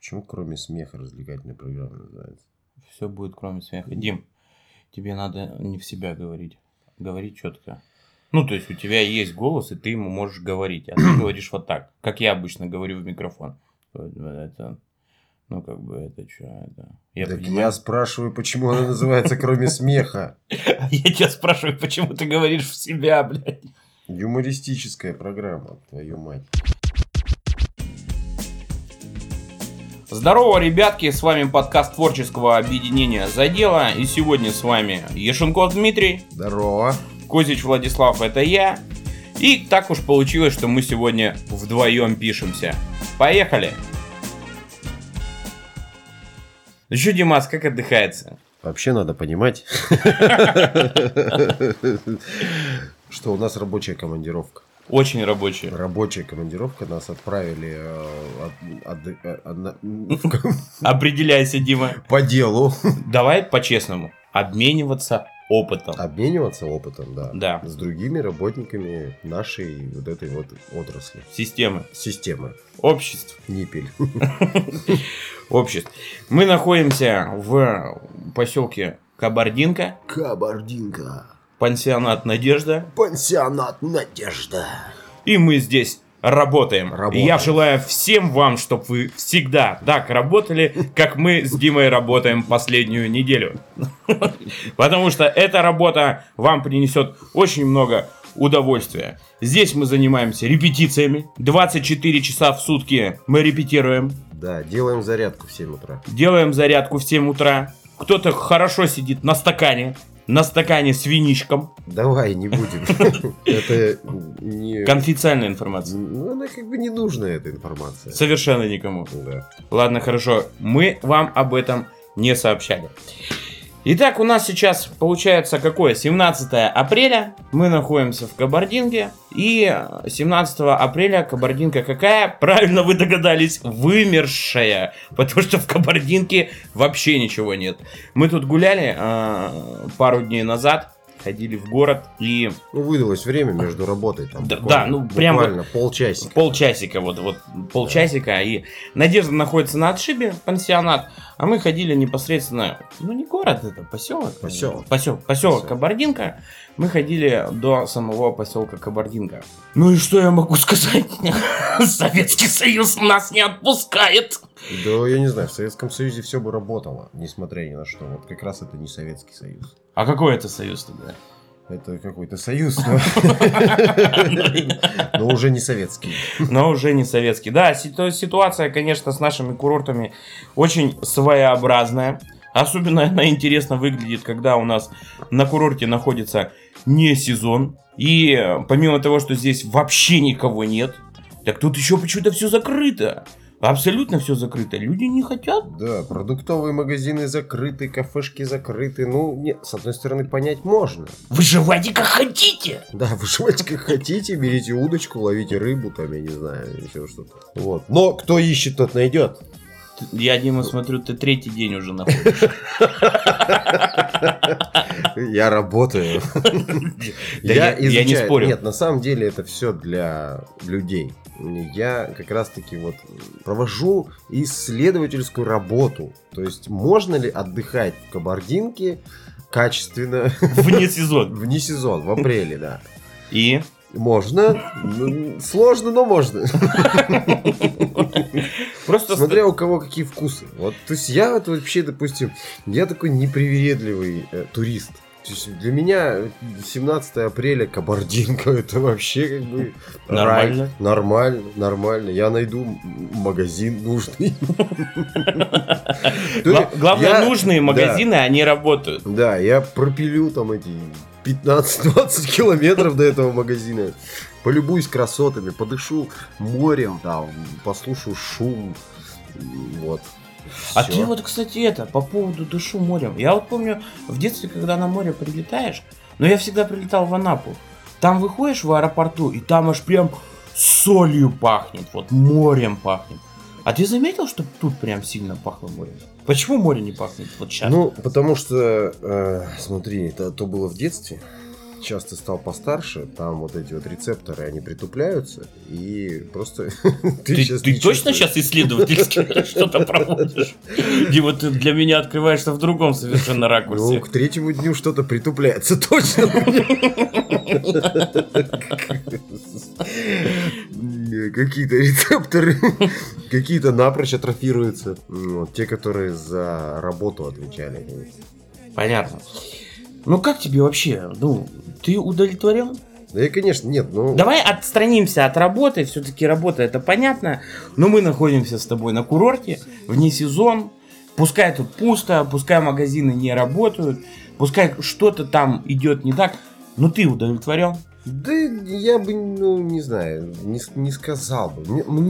Почему кроме смеха развлекательная программа называется? Все будет кроме смеха. Дим, тебе надо не в себя говорить. Говорить четко. Ну, то есть у тебя есть голос, и ты ему можешь говорить. А ты говоришь вот так, как я обычно говорю в микрофон. Это, ну, как бы, это что? Это... Я спрашиваю, почему она называется кроме смеха. Я тебя спрашиваю, почему ты говоришь в себя, блядь. Юмористическая программа, твою мать. Здорово, ребятки, с вами подкаст творческого объединения «За дело». И сегодня с вами Ешенков Дмитрий. Здорово. Козич Владислав, это я. И так уж получилось, что мы сегодня вдвоем пишемся. Поехали! Ну что, Димас, как отдыхается? Вообще надо понимать, что у нас рабочая командировка. Очень рабочая. Рабочая командировка. Нас отправили Определяйся, Дима. По делу. Давай по-честному. Обмениваться опытом. Обмениваться опытом, да. Да. С другими работниками нашей вот этой вот отрасли. Системы. Обществ. Ниппель. Обществ. Мы находимся в поселке Кабардинка. Пансионат «Надежда». И мы здесь работаем. И я желаю всем вам, чтобы вы всегда так работали, как мы с Димой работаем последнюю неделю. Потому что эта работа вам принесет очень много удовольствия. Здесь мы занимаемся репетициями. 24 часа в сутки мы репетируем. Да, делаем зарядку в 7 утра. Делаем зарядку в 7 утра. Кто-то хорошо сидит на стакане с винишком. Давай, не будем. Это не... Конфиденциальная информация. Ну, она как бы не нужная, эта информация. Совершенно никому. Да. Ладно, хорошо. Мы вам об этом не сообщали. Итак, у нас сейчас получается какое? 17 апреля. Мы находимся в Кабардинке. И 17 апреля Кабардинка какая? Правильно вы догадались, вымершая. Потому что в Кабардинке вообще ничего нет. Мы тут гуляли пару дней назад. Ходили в город и... Ну, выдалось время между работой. Там, да, ну прям... Буквально полчасика. Полчасика, вот полчасика. Да. И Надежда находится на отшибе, пансионат. А мы ходили непосредственно... Ну, не город, это поселок. Поселок Кабардинка. Мы ходили до самого поселка Кабардинка. Ну и что я могу сказать? Советский Союз нас не отпускает. Да, я не знаю, в Советском Союзе все бы работало, несмотря ни на что. Вот как раз это не Советский Союз. А какой это союз тогда? Это какой-то союз, но уже не советский. Но уже не советский. Да, ситуация, конечно, с нашими курортами очень своеобразная. Особенно она интересно выглядит, когда у нас на курорте находится не сезон. И помимо того, что здесь вообще никого нет, так тут еще почему-то все закрыто. Абсолютно все закрыто. Люди не хотят. Да, продуктовые магазины закрыты, кафешки закрыты. Ну, нет, с одной стороны, понять можно. Выживайте как хотите. Да, выживайте как хотите. Берите удочку, ловите рыбу, там, я не знаю, еще что-то. Вот. Но кто ищет, тот найдет. Я, Дима, смотрю, ты третий день уже находишься. Я работаю. Я не спорю. Нет, на самом деле это все для людей. Я как раз таки вот провожу исследовательскую работу. То есть можно ли отдыхать в Кабардинке качественно? Вне сезон. Вне сезон, в апреле, да. И? Можно. Сложно, но можно. Просто смотря у кого какие вкусы. Вот, то есть я вот вообще, допустим, я такой непривередливый турист. То есть для меня 17 апреля Кабардинка это вообще как бы нормально. Нормально. Я найду магазин нужный. Главное, нужные магазины, они работают. Да, я пропилю там эти 15-20 километров до этого магазина. Полюбуюсь красотами, подышу морем, там, послушаю шум. Вот. А ты вот, кстати, по поводу душу морем. Я вот помню, в детстве, когда на море прилетаешь, но я всегда прилетал в Анапу. Там выходишь в аэропорту, и там аж прям солью пахнет, вот морем пахнет. А ты заметил, что тут прям сильно пахло морем? Почему море не пахнет вот сейчас? Ну, потому что, смотри, это то было в детстве. сейчас ты стал постарше, там вот эти вот рецепторы, они притупляются, и просто Ты точно сейчас исследовательски что-то проводишь? И вот ты для меня открываешься в другом совершенно ракурсе. Ну, к третьему дню что-то притупляется, точно. Какие-то рецепторы, какие-то напрочь атрофируются. Вот, те, которые за работу отвечали. Понятно. Ну как тебе вообще? Ну, ты удовлетворен? Да и, конечно, нет, ну... Давай отстранимся от работы. Все-таки работа, это понятно. Но мы находимся с тобой на курорте, вне сезон. Пускай тут пусто, пускай магазины не работают, пускай что-то там идет не так. Но ты удовлетворен? Да я бы, ну, не знаю, не сказал бы.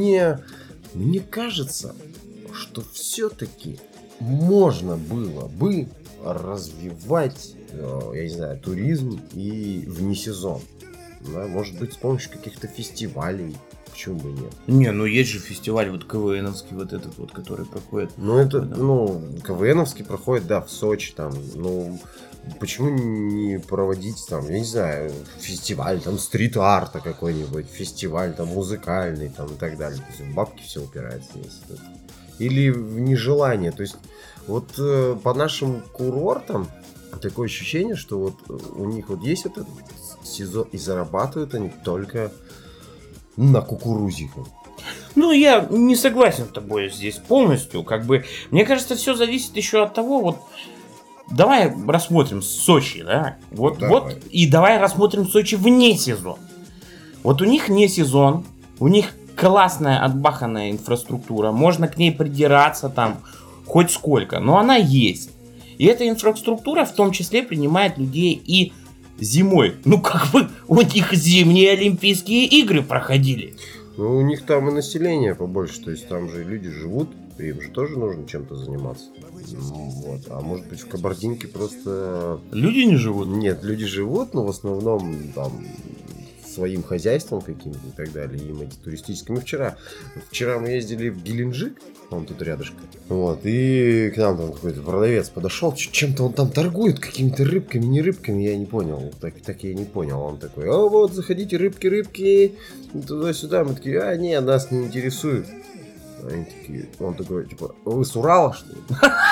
Мне кажется, что все-таки можно было бы развивать, я не знаю, туризм и вне сезон. Да, может быть, с помощью каких-то фестивалей. Почему бы нет? Не, ну есть же фестиваль вот КВНовский, вот этот вот, который проходит. Ну, это, ну, КВНовский проходит, да, в Сочи, там, ну, почему не проводить, там, я не знаю, фестиваль, там, стрит-арта какой-нибудь, фестиваль, там, музыкальный, там, и так далее. То есть в бабки все упирается здесь. Или в нежелание, то есть, вот по нашим курортам такое ощущение, что вот у них вот есть этот сезон, и зарабатывают они только на кукурузиках. Ну, я не согласен с тобой здесь полностью. Как бы, мне кажется, все зависит еще от того, вот, давай рассмотрим Сочи, да? Вот, Давай. вот, и давай рассмотрим Сочи вне сезон. Вот у них не сезон, у них классная отбаханная инфраструктура, можно к ней придираться там хоть сколько, но она есть. И эта инфраструктура в том числе принимает людей и зимой. Ну, как бы у них зимние Олимпийские игры проходили. Ну, у них там и население побольше, то есть там же люди живут, им же тоже нужно чем-то заниматься. Ну, вот. А может быть в Кабардинке просто... Люди не живут? Нет, люди живут, но в основном там своим хозяйством каким-то и так далее, им эти туристические. Мы вчера мы ездили в Геленджик, он тут рядышком, вот, и к нам там какой-то продавец подошел, чем-то он там торгует, какими-то рыбками, не рыбками, я не понял, так я не понял, он такой, вот, заходите, рыбки, туда-сюда, мы такие, не, нас не интересует. Они такие, он такой, типа, вы с Урала, что ли?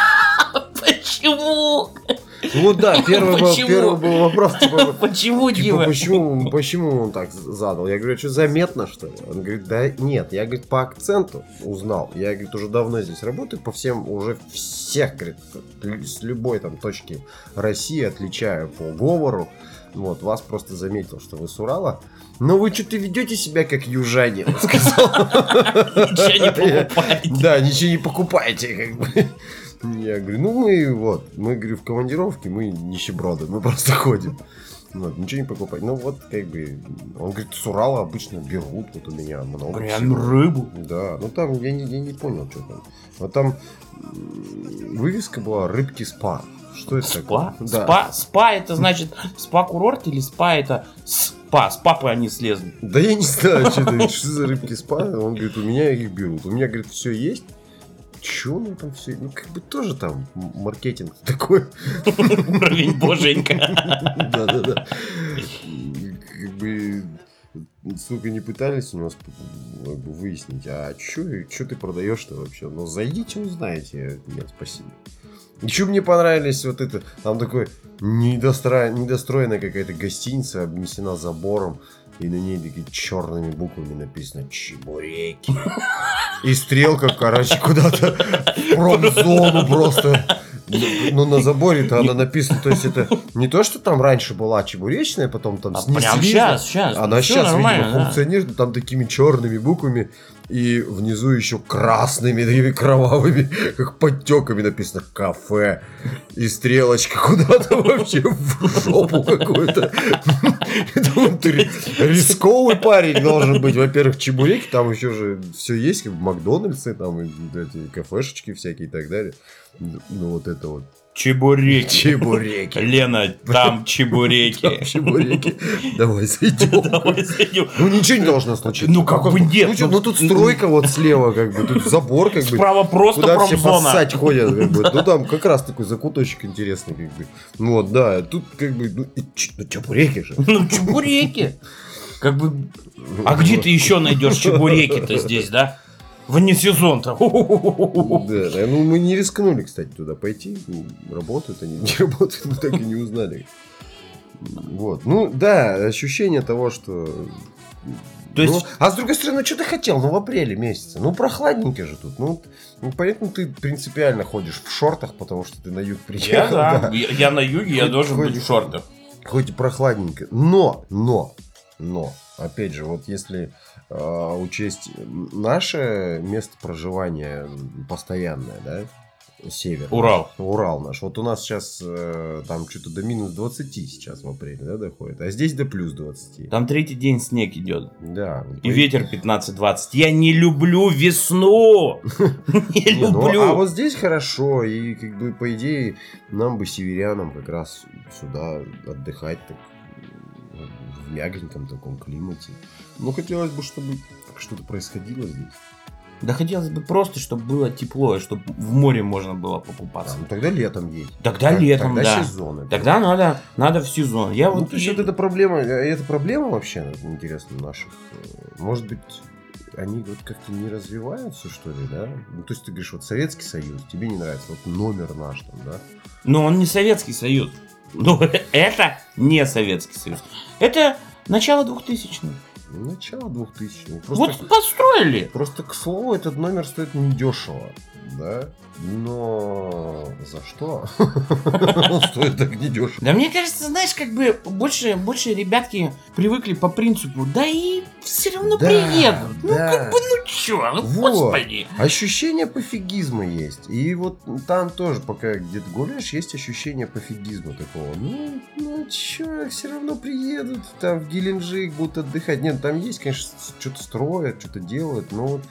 Почему? Ну да, первый был вопрос, типа, почему, Дима? Почему он так задал? Я говорю, что заметно, что ли? Он говорит, да нет, я, говорит, по акценту узнал. Я, говорит, уже давно здесь работаю, по всем, уже всех, говорит, с любой там точки России отличаю по говору. Вот, вас просто заметил, что вы с Урала. Но вы что-то ведете себя как южане, он сказал. Ничего не покупаете. Да, ничего не покупаете, как бы. Я говорю, мы, говорю, в командировке, мы нищеброды, мы просто ходим. Вот, ничего не покупать. Ну вот, как бы, он говорит, с Урала обычно берут, вот у меня много. Прям рыбу? Да, ну там, я не понял, что там. Вот там вывеска была «Рыбки спа». Что это спа? Такое? Да. Спа это значит спа-курорт или спа это спа? С папы они слезли. Да я не знаю, что за рыбки спа. Он говорит, у меня их берут. У меня, говорит, все есть. Че у там все? Ну, как бы тоже там маркетинг такой. Уровень боженька. Да. Как бы, сука, не пытались у нас выяснить, а что ты продаешь-то вообще? Ну, зайдите, узнаете. Нет, спасибо. Еще мне понравились вот это, там такой недостроенная какая-то гостиница, обнесена забором, и на ней такие черными буквами написано «Чебуреки». И стрелка, короче, куда-то в промзону просто. Но на заборе-то она написана, то есть это не то, что там раньше была чебуречная, потом там снесли. Прям сейчас. Она сейчас, видимо, функционирует, там такими черными буквами. И внизу еще красными, такими кровавыми, как подтеками написано «Кафе». И стрелочка куда-то вообще в жопу какую-то. Ты рисковый парень должен быть. Во-первых, чебуреки, там еще же все есть, как в Макдональдсе, там эти кафешечки всякие и так далее. Ну вот это вот. Чебуреки. Чебуреки. Лена, там чебуреки. Чебуреки. Давай зайдем. Ну ничего не должно случиться. Ну как бы нет. Ну тут стройка вот слева, как бы, тут забор, как бы. Справа просто куда все промзона. поссать ходят, как бы. Ну там как раз такой закуточек интересный, как бы. Ну вот, да, тут как бы, ну чебуреки же. Ну чебуреки. Как бы... А где ты еще найдешь чебуреки-то здесь, да? Вне сезон-то. Да, ну мы не рискнули, кстати, туда пойти. Работают они, не работают, мы так и не узнали. Вот. Ну да, ощущение того, что... То есть... Ну, а с другой стороны, что ты хотел? Ну в апреле месяце. Ну прохладненько же тут. Ну поэтому ты принципиально ходишь в шортах, потому что ты на юг приехал. Я на юге, я должен быть в шортах. Хоть и прохладненько. Но, опять же, вот если учесть наше место проживания постоянное, да, север. Урал наш. Вот у нас сейчас там что-то до минус 20 сейчас в апреле, да, доходит. А здесь до плюс 20. Там третий день снег идет. Да. И ветер 15-20. Я не люблю весну. Не люблю. А вот здесь хорошо. И как бы по идее нам бы, северянам, как раз сюда отдыхать так, в мягеньком таком климате. Ну, хотелось бы, чтобы что-то происходило здесь. Да хотелось бы просто, чтобы было тепло, и чтобы в море можно было покупаться. Ну, тогда летом есть. Тогда летом, тогда да. сезон. Тогда надо в сезон. То есть вот эта проблема вообще, интересно, наших. Может быть, они вот как-то не развиваются, что ли, да? Ну, то есть ты говоришь, вот Советский Союз, тебе не нравится, вот номер наш там, да? Но он не Советский Союз. Ну, это не Советский Союз. Это начало 2000-х. Начало 2000-х. Вот построили. Просто, к слову, этот номер стоит недешево, да? Но за что? Он стоит так недешево. Да мне кажется, знаешь, как бы больше ребятки привыкли по принципу, да и все равно приедут. Ну как бы, ну чё, ну господи. Ощущение пофигизма есть. И вот там тоже, пока где-то гуляешь, есть ощущение пофигизма такого. Ну чё, все равно приедут, там в Геленджик будут отдыхать. Нет, там есть, конечно, что-то строят, что-то делают, но вот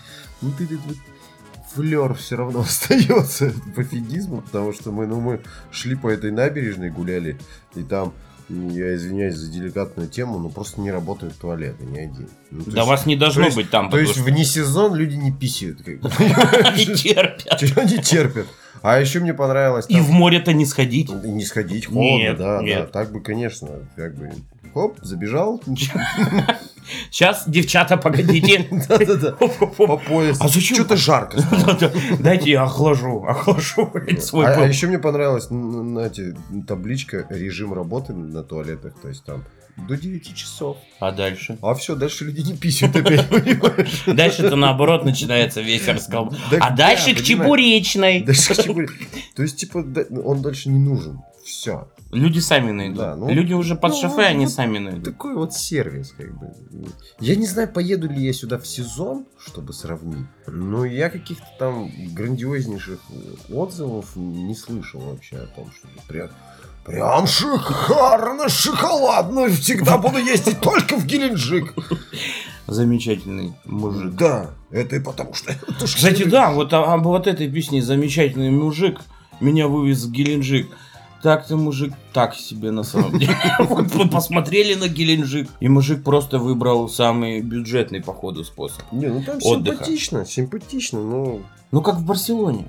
флёр все равно остается пофигизма, потому что мы шли по этой набережной, гуляли, и там, я извиняюсь за деликатную тему, но просто не работают туалеты, ни один. Ну, да вас не должно быть там. То есть вне сезон люди не писают. Не терпят. Они терпят. А еще мне понравилось... И в море-то не сходить. Не сходить, холодно, да. Так бы, конечно, как бы... Хоп, забежал. Сейчас, девчата, погодите. Да-да-да. По пояс. А зачем? Что-то жарко. Дайте я охлажу свой пол. А еще мне понравилась, знаете, табличка «Режим работы на туалетах». То есть там до 9 часов. А дальше? А все, дальше люди не писают опять, понимаешь? Дальше-то наоборот начинается весь раскол. А дальше к чебуречной. То есть, типа, он дальше не нужен. Все. Люди сами найдут. Да, люди уже под шофе, они сами найдут. Такой вот сервис, как бы. Я не знаю, поеду ли я сюда в сезон, чтобы сравнить. Но я каких-то там грандиознейших отзывов не слышал вообще о том, что прям шикарно, шоколадно. Всегда буду ездить только в Геленджик. Замечательный мужик. Да, это и потому что... Кстати, да, вот об вот этой песне «Замечательный мужик» меня вывез в Геленджик. Так-то мужик так себе на самом деле. Вот мы посмотрели на Геленджик, и мужик просто выбрал самый бюджетный, походу, способ. Не, ну там отдыха. Симпатично, но... Ну, как в Барселоне.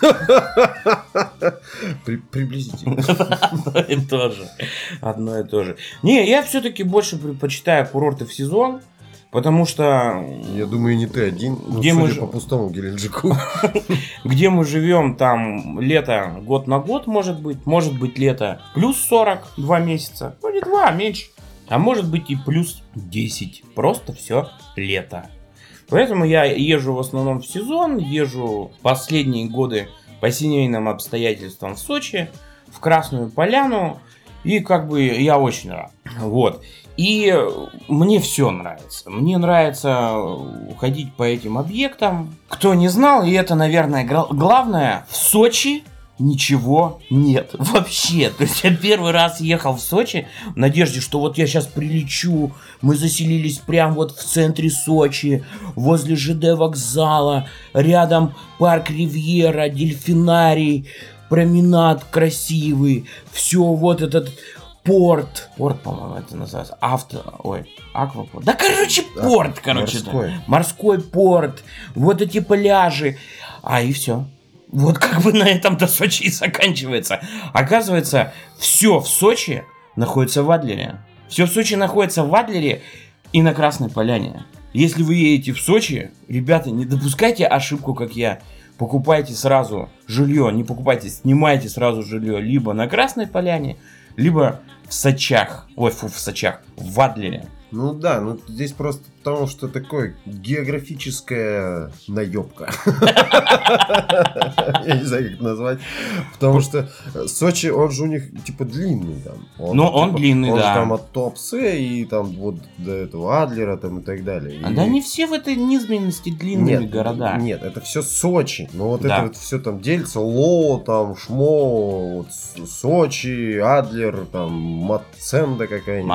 Приблизительно. Одно и то же. Не, я все-таки больше предпочитаю курорты в сезон. Потому что... Я думаю, не ты один, где судя по пустому Геленджику. Где мы живем, там лето год на год может быть лето плюс 40 2 месяца, ну не 2, меньше, а может быть и плюс 10, просто все лето. Поэтому я езжу в основном в сезон, езжу последние годы по семейным обстоятельствам в Сочи, в Красную Поляну, и как бы я очень рад. Вот. И мне все нравится. Мне нравится ходить по этим объектам. Кто не знал, и это, наверное, главное, в Сочи ничего нет вообще. То есть я первый раз ехал в Сочи в надежде, что вот я сейчас прилечу. Мы заселились прямо вот в центре Сочи, возле ЖД вокзала, рядом парк Ривьера, дельфинарий, променад красивый, все вот этот порт, по-моему, это называется, аквапорт. Да, короче, порт, морской порт, вот эти пляжи, и все. Вот как бы на этом-то Сочи и заканчивается. Оказывается, все в Сочи находится в Адлере. Все в Сочи находится в Адлере и на Красной Поляне. Если вы едете в Сочи, ребята, не допускайте ошибку, как я. Покупайте сразу жилье, не покупайте, снимайте сразу жилье либо на Красной Поляне, либо в Сочах. В Адлере. Ну да, здесь просто потому, что такое географическая наебка. Я не знаю, как это назвать. Потому что Сочи, он же у них типа длинный там. Он длинный, да. Он же там от Туапсе и там вот до этого Адлера там и так далее. Да не все в этой низменности длинными города. Нет, это все Сочи. Но вот это вот все там делится. Ло, там, Шмо, вот, Сочи, Адлер, там, Маценда какая-нибудь.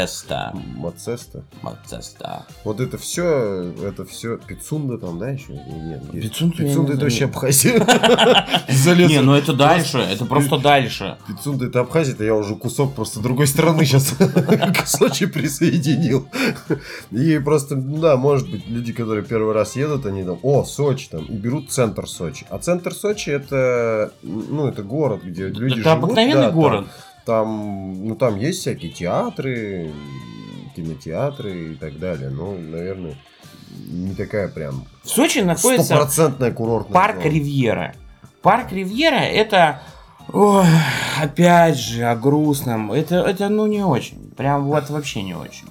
Мацеста. Вот это все Пицунда там, да, еще? Нет, Пицунда это вообще Абхазия. Не, ну это дальше, это просто дальше. Пицунда это Абхазия, это я уже кусок просто другой страны сейчас к Сочи присоединил. И просто, да, может быть, люди, которые первый раз едут, они там, Сочи там, и берут центр Сочи. А центр Сочи это, это город, где люди живут. Это обыкновенный город. Там есть всякие театры, кинотеатры и так далее. Наверное, не такая прям... В Сочи находится 100% курортная парк зона. Ривьера. Парк Ривьера это... опять же, о грустном. Это не очень. Прям вот вообще не очень.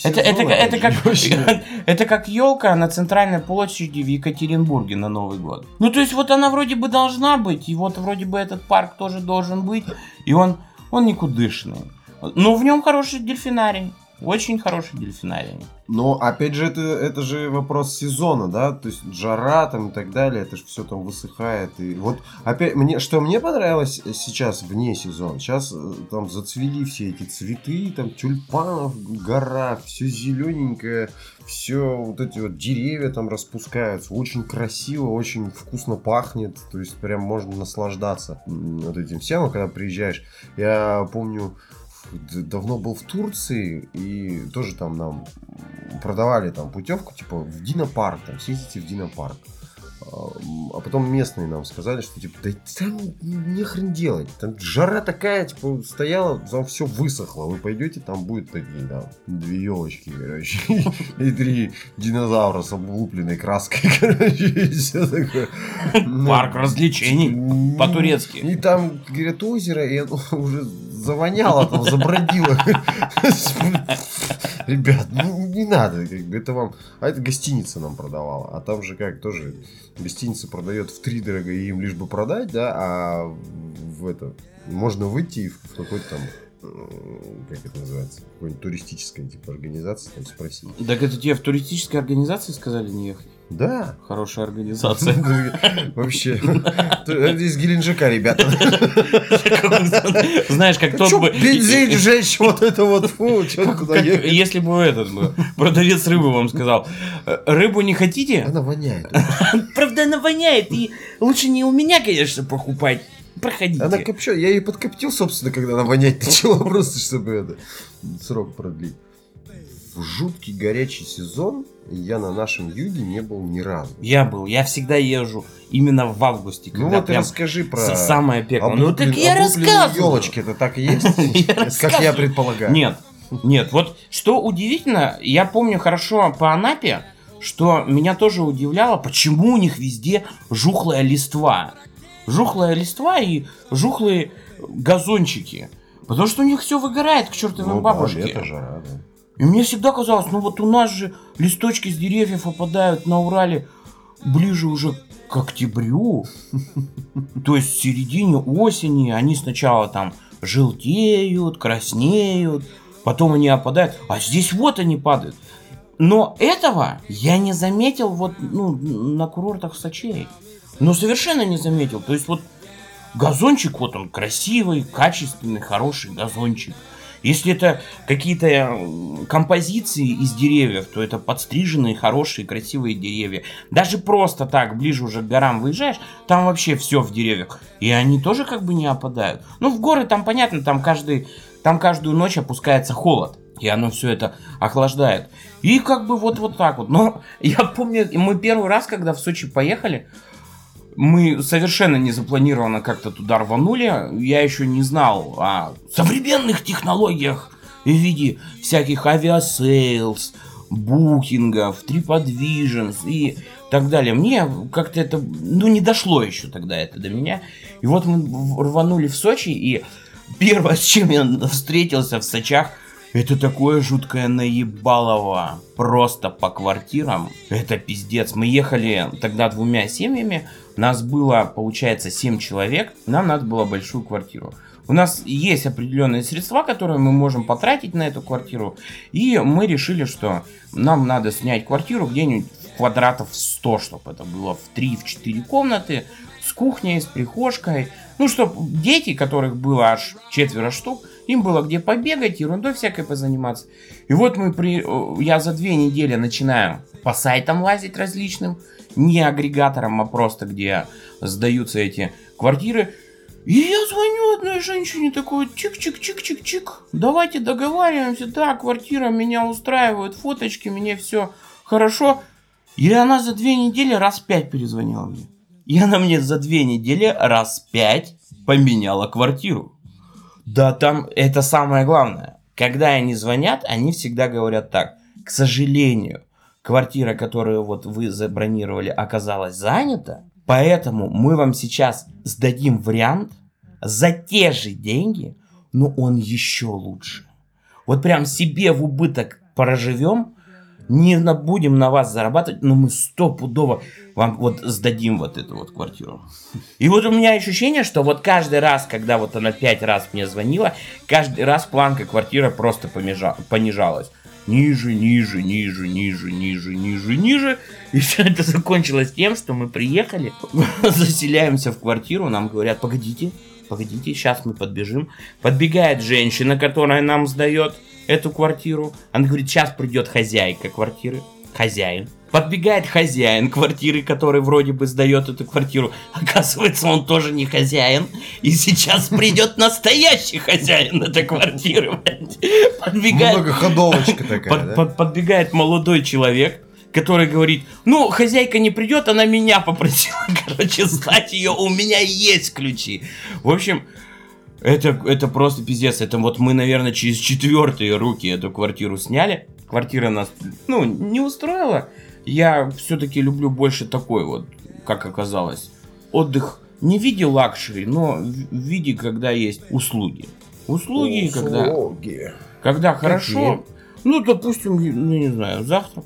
Это как елка на центральной площади в Екатеринбурге на Новый год. То есть вот она вроде бы должна быть, и вот вроде бы этот парк тоже должен быть, и он никудышный. Но в нем хороший дельфинарий. Очень хороший дельфинарий. Но, опять же, это же вопрос сезона, да? То есть, жара там и так далее, это же все там высыхает. И вот, опять, мне понравилось сейчас вне сезона. Сейчас там зацвели все эти цветы, там тюльпанов, гора, все зелененькое, все вот эти вот деревья там распускаются. Очень красиво, очень вкусно пахнет. То есть, прям можно наслаждаться вот этим всем, когда приезжаешь. Я помню... Давно был в Турции, и тоже там нам продавали там путевку, типа, в Динопарк, там, съездите в Динопарк. А потом местные нам сказали, что, типа, да там нехрен делать, там жара такая, типа, стояла, там все высохло, вы пойдете, там будет такие, там, 2 елочки, короче, и 3 динозавра с облупленной краской, короче, и все такое. Парк развлечений по-турецки. И там, говорят, озеро, и оно уже завоняло, там, забродило. Ребят, не надо, это вам... А это гостиница нам продавала, а там же как, тоже... Гостиница продает втридорого, и им лишь бы продать, да, а можно выйти в какой-то там, как это называется, какой-нибудь туристической типа организации, там спросить. Так это тебе в туристической организации сказали не ехать? Да. Хорошая организация. Вообще. Из Геленджика, ребята. Знаешь, как тот бы... Бензин, жечь, вот это вот, фу, что куда ехать. Если бы продавец рыбы вам сказал, рыбу не хотите? Она воняет. Правда, она воняет, и лучше не у меня, конечно, покупать. Проходите. Она копченая, я ее подкоптил, собственно, когда она вонять начала, просто чтобы срок продлить. В жуткий горячий сезон я на нашем юге не был ни разу. Я всегда езжу именно в августе. Ну вот расскажи про самое пекло. Ну так я рассказываю. Елочки, это так и есть? Как я предполагаю. Нет, вот что удивительно, я помню хорошо по Анапе, что меня тоже удивляло, почему у них везде жухлая листва. Жухлая листва и жухлые газончики. Потому что у них все выгорает к чертовой бабушке. Это жара, да. И мне всегда казалось, вот у нас же листочки с деревьев опадают на Урале ближе уже к октябрю. То есть в середине осени они сначала там желтеют, краснеют, потом они опадают, а здесь вот они падают. Но этого я не заметил на курортах Сочи. Совершенно не заметил. То есть вот газончик, вот он красивый, качественный, хороший газончик. Если это какие-то композиции из деревьев, то это подстриженные, хорошие, красивые деревья. Даже просто так, ближе уже к горам выезжаешь, там вообще все в деревьях. И они тоже как бы не опадают. Ну, в горы там понятно, там каждую ночь опускается холод. И оно все это охлаждает. И как бы вот так вот. Но я помню, мы первый раз, когда в Сочи поехали, мы совершенно не запланированно как-то туда рванули. Я еще не знал о современных технологиях в виде всяких авиасейлс, букингов, TripAdvisor и так далее. Мне как-то это, не дошло еще тогда это до меня. И вот мы рванули в Сочи, и первое, с чем я встретился в Сочах, это такое жуткое наебалово. Просто по квартирам. Это пиздец. Мы ехали тогда 2 семьями. Нас было, получается, 7 человек. Нам надо было большую квартиру. У нас есть определенные средства, которые мы можем потратить на эту квартиру. И мы решили, что нам надо снять квартиру где-нибудь квадратов 100, чтобы это было в 3-4 комнаты. С кухней, с прихожкой. Чтобы дети, которых было аж 4 штук, им было где побегать, ерундой всякой позаниматься. И вот я за 2 недели начинаю по сайтам лазить различным, не агрегаторам, а просто где сдаются эти квартиры. И я звоню одной женщине, такой, чик-чик-чик-чик-чик, давайте договариваемся, да, квартира меня устраивает, фоточки, мне все хорошо. И она за 2 недели раз 5 перезвонила мне. И она мне за 2 недели раз 5 поменяла квартиру. Да, там это самое главное. Когда они звонят, они всегда говорят так: к сожалению, квартира, которую вот вы забронировали, оказалась занята, поэтому мы вам сейчас сдадим вариант за те же деньги, но он еще лучше. Вот прям себе в убыток проживем, не будем на вас зарабатывать, но мы стопудово вам вот сдадим вот эту вот квартиру. И вот у меня ощущение, что вот каждый раз, когда вот она 5 раз мне звонила, каждый раз планка квартиры просто понижалась. Ниже, ниже, ниже, ниже, ниже, ниже, ниже. И все это закончилось тем, что мы приехали, заселяемся в квартиру, нам говорят: погодите, сейчас мы подбежим. Подбегает женщина, которая нам сдает эту квартиру. Она говорит: сейчас придет хозяйка квартиры. Хозяин. Подбегает хозяин квартиры, который вроде бы сдает эту квартиру. Оказывается, он тоже не хозяин. И сейчас придет настоящий хозяин этой квартиры. Подбегает... Многоходовочка такая, да? Подбегает молодой человек, который говорит: хозяйка не придет, она меня попросила, сдать ее, у меня есть ключи. В общем... Это просто пиздец. Это вот мы, наверное, через 4-е руки эту квартиру сняли. Квартира нас, не устроила. Я все-таки люблю больше такой вот, как оказалось, отдых не в виде лакшери, но в виде, когда есть услуги. Услуги. Когда хорошо. Допустим, не знаю,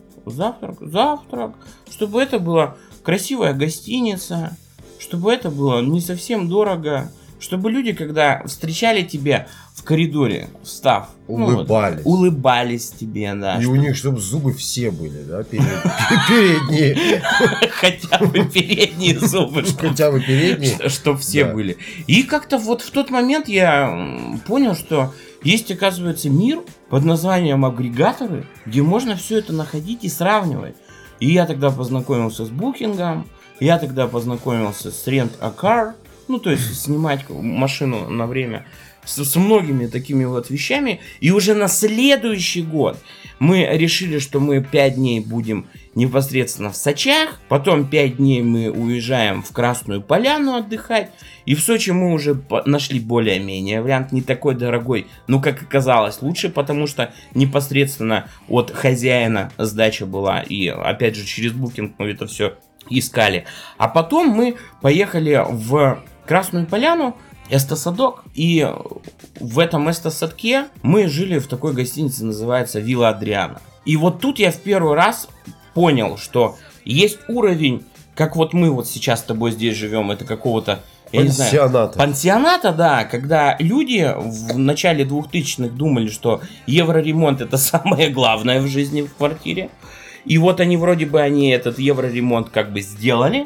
завтрак. Чтобы это была красивая гостиница, чтобы это было не совсем дорого. Чтобы люди, когда встречали тебя в коридоре, встав, улыбались тебе, да. И у них, чтобы зубы все были, да, передние. Хотя бы передние зубы. Хотя бы передние. Чтобы все были. И как-то вот в тот момент я понял, что есть, оказывается, мир под названием агрегаторы, где можно все это находить и сравнивать. И я тогда познакомился с букингом, я тогда познакомился с Rent-A-Car. То есть снимать машину на время с многими такими вот вещами. И уже на следующий год мы решили, что мы 5 дней будем непосредственно в Сочах. Потом 5 дней мы уезжаем в Красную Поляну отдыхать. И в Сочи мы уже нашли более-менее вариант, не такой дорогой, но, как оказалось, лучше, потому что непосредственно от хозяина сдача была. И опять же через букинг мы это все искали. А потом мы поехали в Красную Поляну, Эстосадок. И в этом Эстосадке мы жили в такой гостинице, называется Вилла Адриана. И вот тут я в первый раз понял, что есть уровень, как вот мы вот сейчас с тобой здесь живем, это какого-то, пансионата, да, когда люди в начале 2000-х думали, что евроремонт это самое главное в жизни в квартире. И вот они вроде бы этот евроремонт как бы сделали.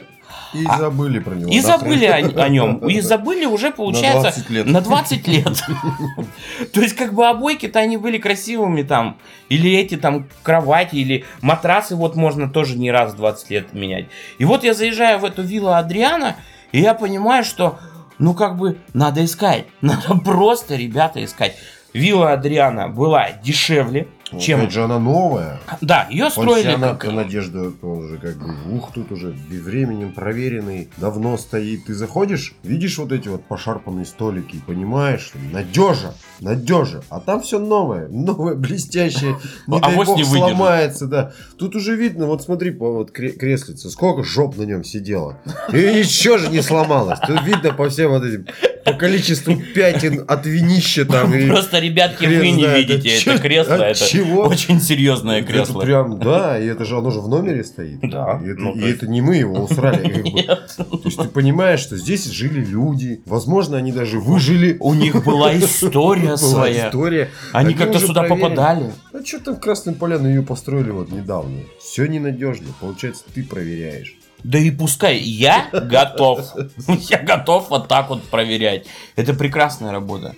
И забыли про него. И забыли о нем. И забыли уже, получается, на 20 лет. То есть, как бы обойки-то они были красивыми там. Или эти там кровати, или матрасы вот можно тоже не раз в 20 лет менять. И вот я заезжаю в эту виллу Адриана, и я понимаю, что, ну как бы, надо искать. Надо просто, ребята, искать. Вилла Адриана была дешевле, чем... Опять же, она новая. Да, ее строили... Пансионат Надежда, он уже как бы, тут уже временем проверенный, давно стоит. Ты заходишь, видишь вот эти вот пошарпанные столики, и понимаешь, что надежа. А там все новое, блестящее. Не дай бог сломается, да. Тут уже видно, вот смотри, вот креслица, сколько жоп на нем сидело. И ничего же не сломалось. Тут видно по всем вот этим, по количеству пятен от винища там. Просто, ребятки, вы не видите это кресло, это очень серьезное кресло. Это прям, да, и это же оно же в номере стоит. Да. И это не мы его усрали. То есть ты понимаешь, что здесь жили люди. Возможно, они даже выжили. У них была история своя. Они как-то сюда попадали. А что там в Красной Поляне ее построили вот недавно? Все ненадежно. Получается, ты проверяешь. Да и пускай, я готов. Я готов вот так вот проверять. Это прекрасная работа.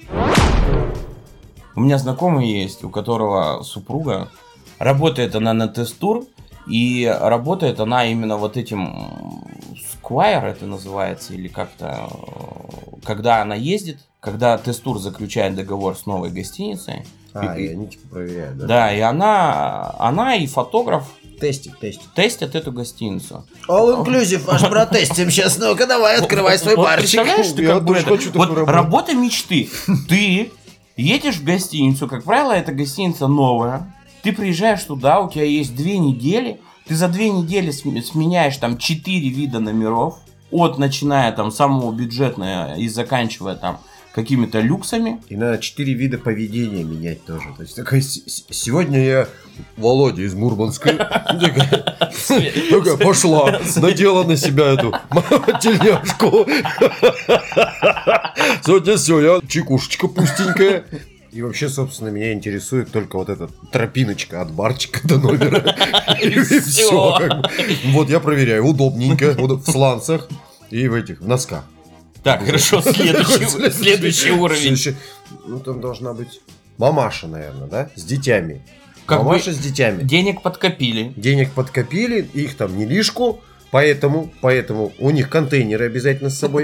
У меня знакомый есть, у которого супруга. Работает она на тест-тур. И работает она именно вот этим Squire, это называется, или как-то, когда она ездит, когда тест-тур заключает договор с новой гостиницей. И они типа проверяют, да? Да, и она и фотограф тестят эту гостиницу. All inclusive, аж протестим сейчас. Ну-ка, давай, открывай свой барчик. Представляешь, ты как бы вот работа мечты. Ты едешь в гостиницу, как правило, эта гостиница новая. Ты приезжаешь туда, у тебя есть 2 недели. Ты за 2 недели сменяешь там 4 вида номеров. От начиная там самого бюджетного и заканчивая там какими-то люксами. И надо 4 вида поведения менять тоже. То есть такая, сегодня я Володя из Мурманска. Такая пошла, надела на себя эту тельняшку. Сегодня все, я чекушечка пустенькая. И вообще, собственно, меня интересует только вот эта тропиночка от барчика до номера. И все. Вот я проверяю, удобненько, в сланцах и в носках. Так, хорошо, следующий уровень. Ну, там должна быть мамаша, наверное, да? С детьми. Мамаша с детьми. Денег подкопили, их там не лишку. Поэтому у них контейнеры обязательно с собой.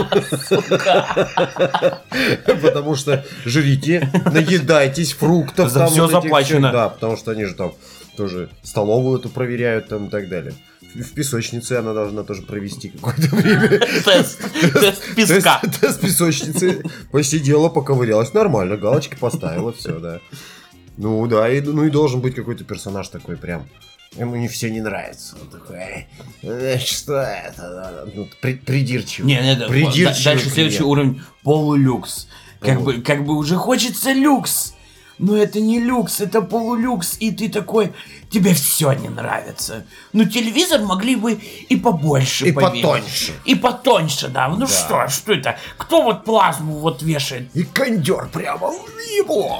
Потому что жрите, наедайтесь фруктов. За все заплачено. Да, потому что они же там тоже столовую эту проверяют там и так далее. В песочнице она должна тоже провести какое-то время. Тест песка. Тест песочницы. Посидела, поковырялась. Нормально, галочки поставила, все, да. Ну да, и должен быть какой-то персонаж такой прям. Ему не все не нравится. Он такой, что это? Придирчивый. Дальше следующий уровень полулюкс. Как бы уже хочется люкс. Но это не люкс, это полулюкс. И ты такой, тебе все не нравится. Ну телевизор могли бы и побольше повесить. И потоньше, да. Ну да. Что это? Кто вот плазму вот вешает? И кондер прямо в ебло.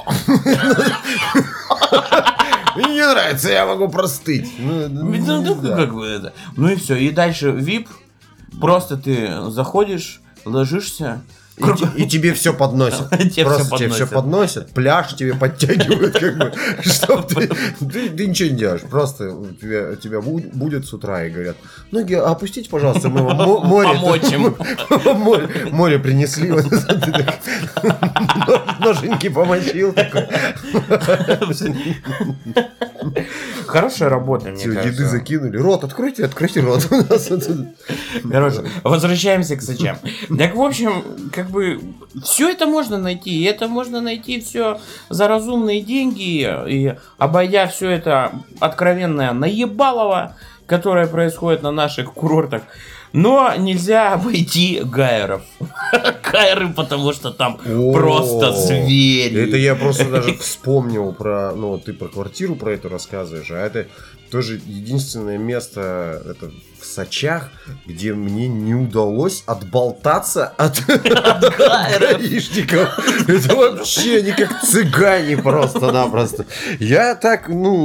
Мне не нравится, я могу простыть. Как бы это. Ну и все. И дальше VIP. Просто ты заходишь, ложишься. И тебе все подносят. Тебе все подносят. Пляж тебе подтягивают, как бы. Чтоб ты ничего не делаешь. Просто тебя будет с утра и говорят: ноги опустите, пожалуйста, мы вам море. Помочь им. Море принесли. Ноженьки помочил. Хорошая работа, мне кажется. Еды закинули. Рот, откройте рот. Короче, возвращаемся к сачам. Так, в общем, как бы все это можно найти. И это можно найти все за разумные деньги. И обойдя все это откровенное наебалово, которое происходит на наших курортах. Но нельзя обойти гайеров. Гайеры, потому что там просто звери. Это я просто даже вспомнил про... Ну, ты про квартиру про эту рассказываешь, а это тоже единственное место это в Сочах, где мне не удалось отболтаться от гаишников. Это вообще не как цыгане просто-напросто. Я так,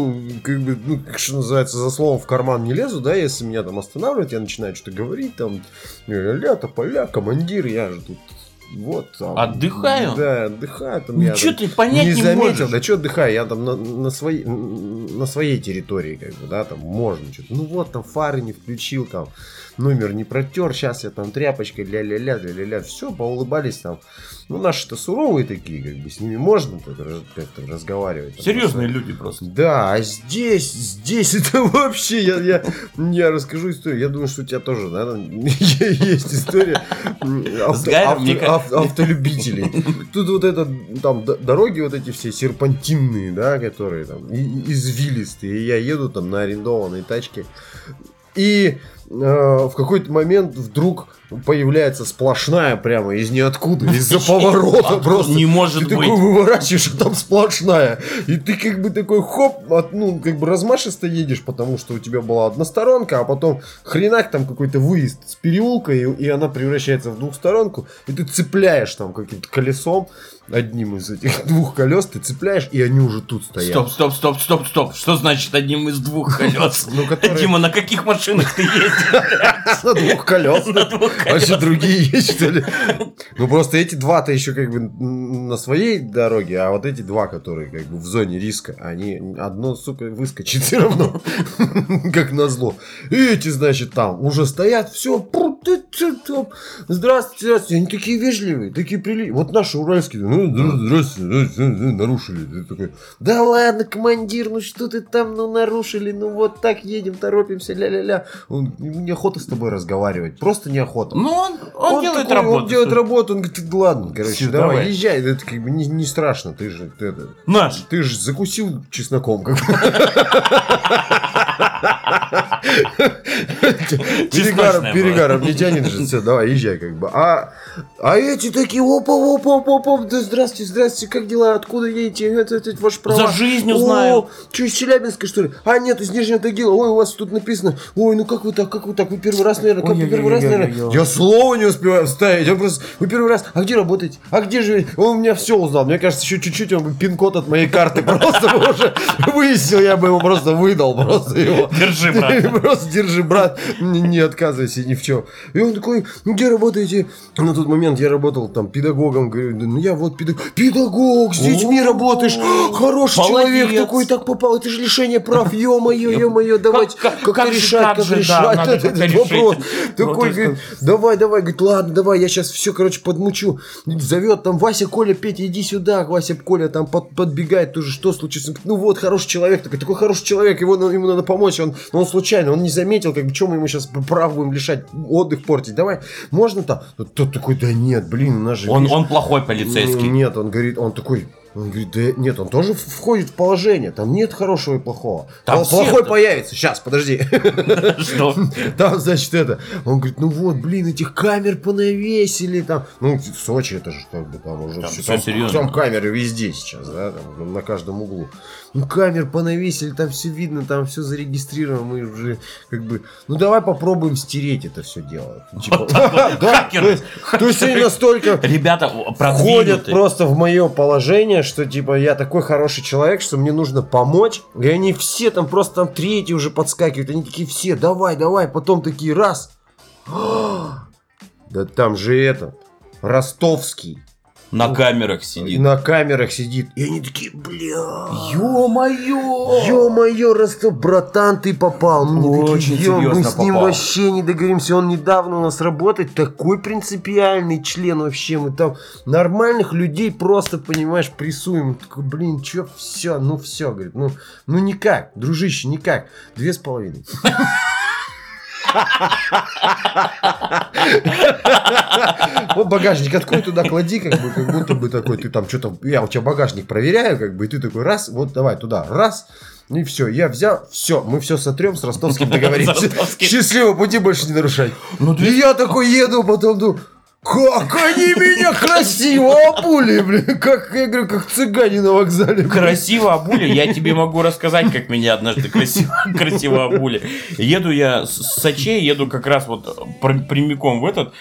что называется, за словом в карман не лезу, да, если меня там останавливают, я начинаю что-то говорить, там, ля-тополя, командир, я же тут вот там. Отдыхаю? Да, отдыхаю. Там, ну, что ты понять не заметил, можешь. Да что отдыхаю, я там на своей территории, как бы, да, там можно что-то. Ну вот, там фары не включил, там номер не протер, сейчас я там тряпочкой ля-ля-ля, все, поулыбались там. Ну, наши-то суровые такие, как бы, с ними можно как-то разговаривать. Серьезные люди просто. Да, а здесь это вообще, я расскажу историю. Я думаю, что у тебя тоже, наверное, есть история автолюбителей. Тут вот это, там, дороги вот эти все серпантинные, да, которые там извилистые. И я еду там на арендованной тачке. И в какой-то момент вдруг появляется сплошная прямо из ниоткуда, из-за поворота просто. Не может ты быть. Ты такой выворачиваешь, а там сплошная. И ты как бы такой хоп, как бы размашисто едешь, потому что у тебя была односторонка, а потом хренак там какой-то выезд с переулка, и она превращается в двухсторонку, и ты цепляешь там каким-то колесом, одним из этих двух колес ты цепляешь, и они уже тут стоят. Стоп. Что значит одним из двух колес? Дима, на каких машинах ты ездишь? На двух колесах. Вообще другие есть, что ли? Ну, просто эти два-то еще как бы на своей дороге, а вот эти два, которые как бы в зоне риска, они одно, сука, выскочит все равно. Как назло. И эти, значит, там уже стоят, все, здравствуйте. Они такие вежливые, такие приличные. Вот наши уральские, здравствуйте, нарушили. Ты такой, да ладно, командир, ну что ты там, нарушили, вот так едем, торопимся, ля-ля-ля. Неохота с тобой разговаривать, просто неохота. Ну, он делает такой, работу. Он делает работу, он говорит, ладно, короче, все, давай, езжай, это как бы не страшно, ты же наш. Ты же закусил чесноком, как бы. Перегаром не тянет же, все, давай, езжай, как бы. А эти такие, опа, да здравствуйте, как дела, откуда едете, это ваши права. За жизнь узнаю. Что, из Челябинска, что ли? А, нет, из Нижнего Тагила, ой, у вас тут написано, ой, ну как вы так, вы первый раз, наверное, я слова не успеваю вставить, он просто, вы первый раз, а где работаете, а где же, он у меня все узнал, мне кажется, еще чуть-чуть он бы пин-код от моей карты просто уже выяснил, я бы ему просто выдал, просто его. Держи, брат. Просто держи, брат, не отказывайся ни в чем. И он такой, ну где работаете? На тот момент я работал там педагогом, говорю, ну я вот педагог, с детьми работаешь, хороший человек такой, так попал, это же лишение прав, ё-моё, давайте как решать этот вопрос. Такой, говорит, давай, говорит, ладно, давай, я сейчас все, короче, подмучу. Зовет там Вася, Коля, Петя, иди сюда. Вася, Коля там подбегает тоже, что случилось? Он говорит, ну вот, хороший человек, такой хороший человек, ему надо помочь, он случайно, он не заметил, как бы, что мы ему сейчас прав будем лишать, отдых портить, давай, можно там? Тот такой, да нет, блин, у нас же... Он плохой полицейский. Нет, он говорит, он такой... Он говорит, да нет, он тоже входит в положение. Там нет хорошего и плохого. Там плохой появится. Сейчас, подожди. Что? Там, значит, это. Он говорит, ну вот, блин, этих камер понавесили. Там. Ну, в Сочи это же как бы там уже все серьезно. Там камеры везде сейчас, да, там, на каждом углу. Ну, камер понавесили, там все видно, там все зарегистрировано. Мы уже как бы, ну давай попробуем стереть это все дело. Да, то есть они настолько ребята входят просто в мое положение, что типа я такой хороший человек, что мне нужно помочь. И они все там просто там третьи уже подскакивают. Они такие все, давай, потом такие раз. Да там же это, ростовский. На камерах сидит. На камерах сидит. И они такие, бля. Ё-моё, Ростов, братан, ты попал. Очень серьезно мы с ним попал. вообще не договоримся. Он недавно у нас работает. Такой принципиальный член вообще. Мы там нормальных людей просто, понимаешь, прессуем. Такой, блин, чё, все, говорит. Ну никак, дружище, никак. 2,5. Вот багажник открой, туда клади, как будто бы такой, ты там что-то, я у тебя багажник проверяю, как бы, и ты такой, раз, вот давай туда, раз, и все, я взял, все, мы все сотрем, с ростовским договоримся. Счастливого пути, больше не нарушать. И я такой еду, потом думаю, Как они меня красиво обули, блин. Как, я говорю, как цыгане на вокзале. Красиво обули? Я тебе могу рассказать, как меня однажды красиво обули. Еду я с Сочи, еду как раз вот прямиком в этот...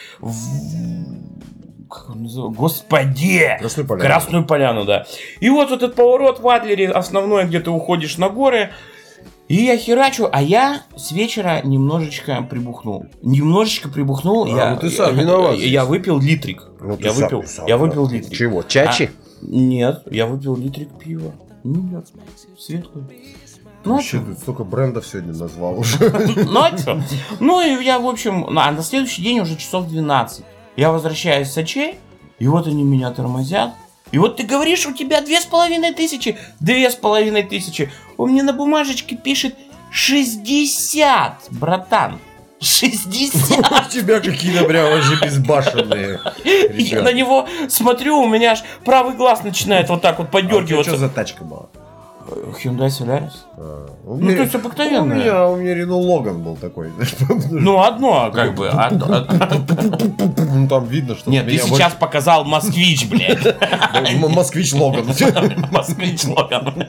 Как он называется? Господи! Красную Поляну, да. И вот этот поворот в Адлере основной, где ты уходишь на горы. И я херачу, а я с вечера немножечко прибухнул. Ты сам виноват. Я выпил литрик. Я выпил литрик. Чего, чачи? Нет, я выпил литрик пива. Нет, светлый. Ну, вообще, тут столько брендов сегодня назвал уже. Ну, а что? Ну, и я, в общем, на следующий день уже часов 12. Я возвращаюсь в Сочи, и вот они меня тормозят. И вот ты говоришь, у тебя 2500. 2500. Он мне на бумажечке пишет 60, братан. 60. У тебя какие-то прям вообще безбашенные. Я на него смотрю, у меня аж правый глаз начинает вот так вот подергиваться. Что за тачка была? Hyundai Solaris. Ну, то есть обыкновенная. У меня Renault Logan был такой. Ну, одно, как бы. Ну, там видно, что... Нет, ты сейчас показал Москвич, блядь. Москвич Логан. Москвич Логан.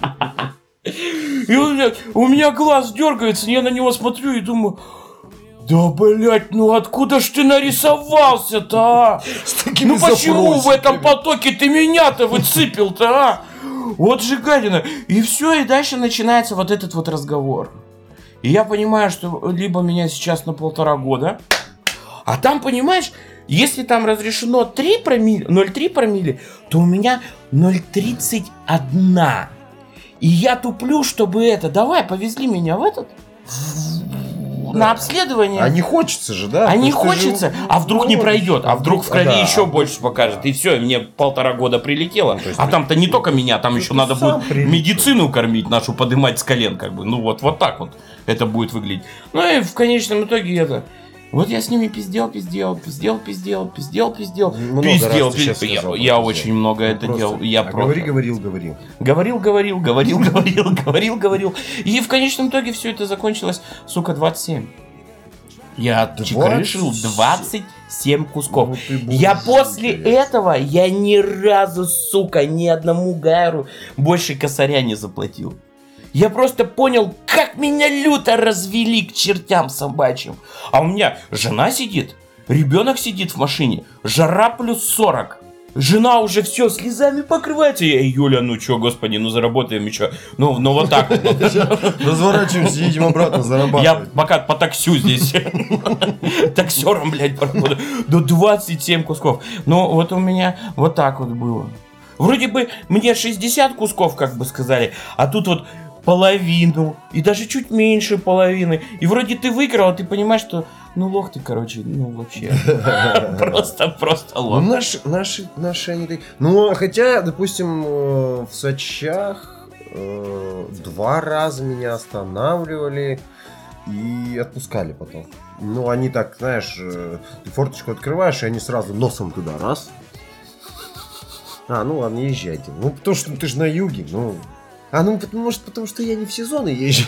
И у меня глаз дергается, я на него смотрю и думаю... Да, блядь, ну откуда ж ты нарисовался-то, а? Ну почему в этом потоке ты меня-то выцепил-то, а? Вот же гадина. И все, и дальше начинается вот этот вот разговор. И я понимаю, что либо меня сейчас на 1,5 года, а там, понимаешь, если там разрешено 0,3 промилле, то у меня 0,31. И я туплю, чтобы давай, повезли меня в этот... На обследование. А не хочется же, да? А не хочется, а вдруг не пройдет, а вдруг в крови еще больше покажет. И все, мне 1,5 года прилетело. А там-то не только меня, там еще надо будет медицину кормить, нашу поднимать с колен, как бы. Ну вот так вот это будет выглядеть. Ну и в конечном итоге вот я с ними пиздел. Я очень много это делал. Я просто... Говорил. И в конечном итоге все это закончилось, сука, 27. Я чекрышил 27 кусков. Я после этого, ни разу, сука, ни одному гайру больше косаря не заплатил. Я просто понял, как меня люто развели к чертям собачьим. А у меня жена сидит, ребенок сидит в машине, жара плюс 40. Жена уже все слезами покрывается. Я, Юля, ну чё, господи, ну заработаем еще. Ну вот так вот. Разворачиваемся, едем обратно зарабатывать. Я пока по таксю здесь. Таксером, блядь, поработаю. До 27 кусков. Но вот у меня вот так вот было. Вроде бы мне 60 кусков, как бы сказали, а тут вот половину, и даже чуть меньше половины. И вроде ты выиграл, а ты понимаешь, что ну лох ты, короче, ну вообще. Просто лох. Ну наши они такие. Ну, хотя, допустим, в Сочах 2 раза меня останавливали и отпускали потом. Ну, они так, знаешь, ты форточку открываешь, и они сразу носом туда, раз. Ну ладно, езжайте. Ну, потому что ты же на юге, ну... потому что я не в сезон и езжу.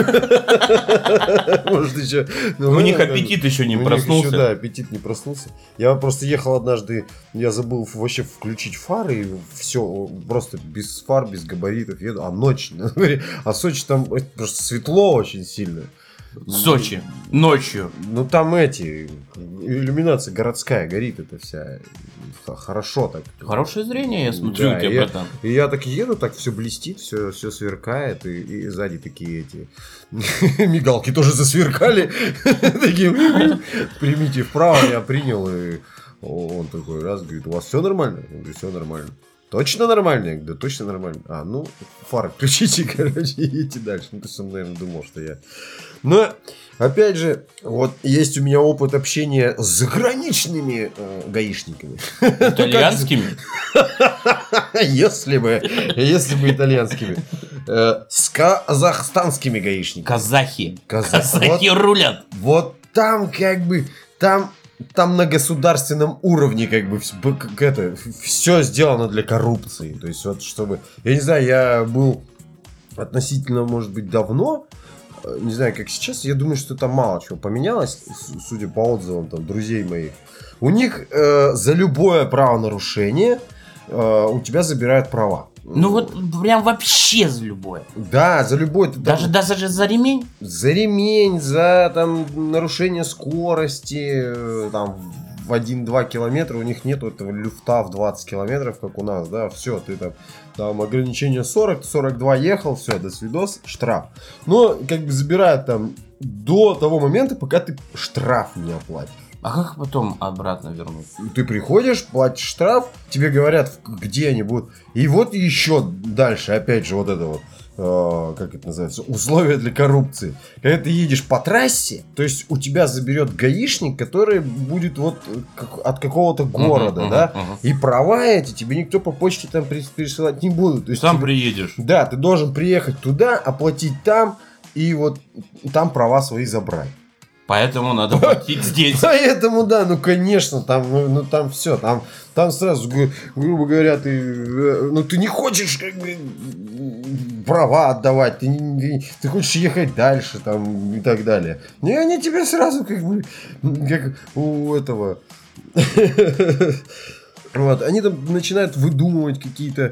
Может, еще... У них аппетит еще не проснулся. Да, аппетит не проснулся. Я просто ехал однажды, я забыл вообще включить фары, и все, просто без фар, без габаритов еду, а ночь. А в Сочи там просто светло очень сильно. Сочи, ночью. Ну там иллюминация городская горит, это вся. Хорошо так. Хорошее зрение, я смотрю, да, у тебя, братан. И я так еду, так все блестит, все сверкает, и сзади такие мигалки тоже засверкали. Такие, примите вправо, я принял, и он такой раз говорит, у вас все нормально? Я говорю, все нормально. Точно нормально? Я говорю, да точно нормально. Фары включите, короче, и идите дальше. Ну, то есть он, наверное, думал, что я... Но, опять же, вот есть у меня опыт общения с заграничными гаишниками. Итальянскими? Если бы итальянскими. С казахстанскими гаишниками. Казахи рулят. Вот там как бы... Там на государственном уровне как бы все сделано для коррупции. То есть вот чтобы... Я не знаю, я был относительно, может быть, давно не знаю, как сейчас, я думаю, что там мало чего поменялось, судя по отзывам там, друзей моих. У них за любое правонарушение у тебя забирают права. Ну вот прям вообще за любое. Да, за любой. Даже за ремень? За ремень, за там нарушение скорости, там в 1-2 километра у них нету этого люфта в 20 километров, как у нас, да, все, ты там ограничение 40, 42 ехал, все, до свидос, штраф. Но как бы забирают там до того момента, пока ты штраф не оплатишь. А как потом обратно вернуть? Ты приходишь, платишь штраф, тебе говорят, где они будут. И вот еще дальше, опять же, вот это вот, как это называется, условия для коррупции. Когда ты едешь по трассе, то есть у тебя заберет гаишник, который будет вот от какого-то города, да, и права эти тебе никто по почте там присылать не будут. То есть сам приедешь. Да, ты должен приехать туда, оплатить там, и вот там права свои забрать. Поэтому надо платить здесь. Поэтому, да, ну, конечно, там, ну там все, там сразу, грубо говоря, ты не хочешь, как бы, права отдавать, ты хочешь ехать дальше, там, и так далее. И они тебе сразу, как бы, как у этого... Вот, они там начинают выдумывать какие-то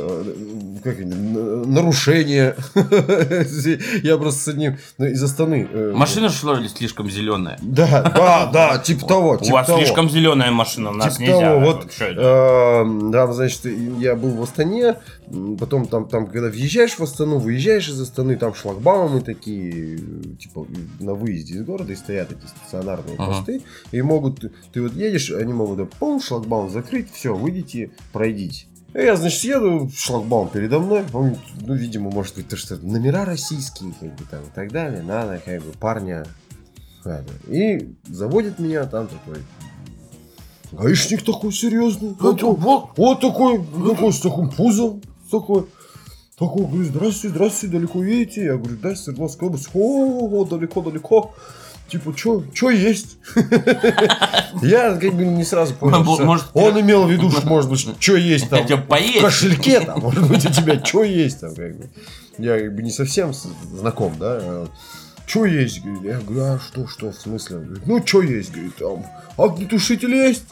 нарушения. Я просто с одним из Астаны. Машина что ли слишком зеленая? Да, типа того. У вас слишком зеленая машина, у нас нельзя. Вот, да, значит, я был в Астане, потом там, когда въезжаешь в Астану, выезжаешь из Астаны, там шлагбаумы такие, типа на выезде из города, и стоят эти стационарные посты, и могут, ты вот едешь, они могут шлагбаум закрыть, все, выйдите, пройдите. И я, значит, еду, шлагбаум передо мной, ну, видимо, может быть, то, что номера российские, как бы там, и так далее, надо, как бы, парня, и заводит меня, там такой гаишник такой серьезный, вот такой, с таким пузом, такой, говорит, здрасте, далеко едете? Я говорю, да, Свердловская область, далеко. Типа, что есть? Я как бы не сразу понял, что он имел в виду, что, может быть, что есть там в кошельке, там, может быть, у тебя что есть там, как бы. Я как бы не совсем знаком, да. Что есть? Говорит. Я говорю, а что, в смысле? Он говорит, ну, что есть? Говорит, там, огнетушитель есть?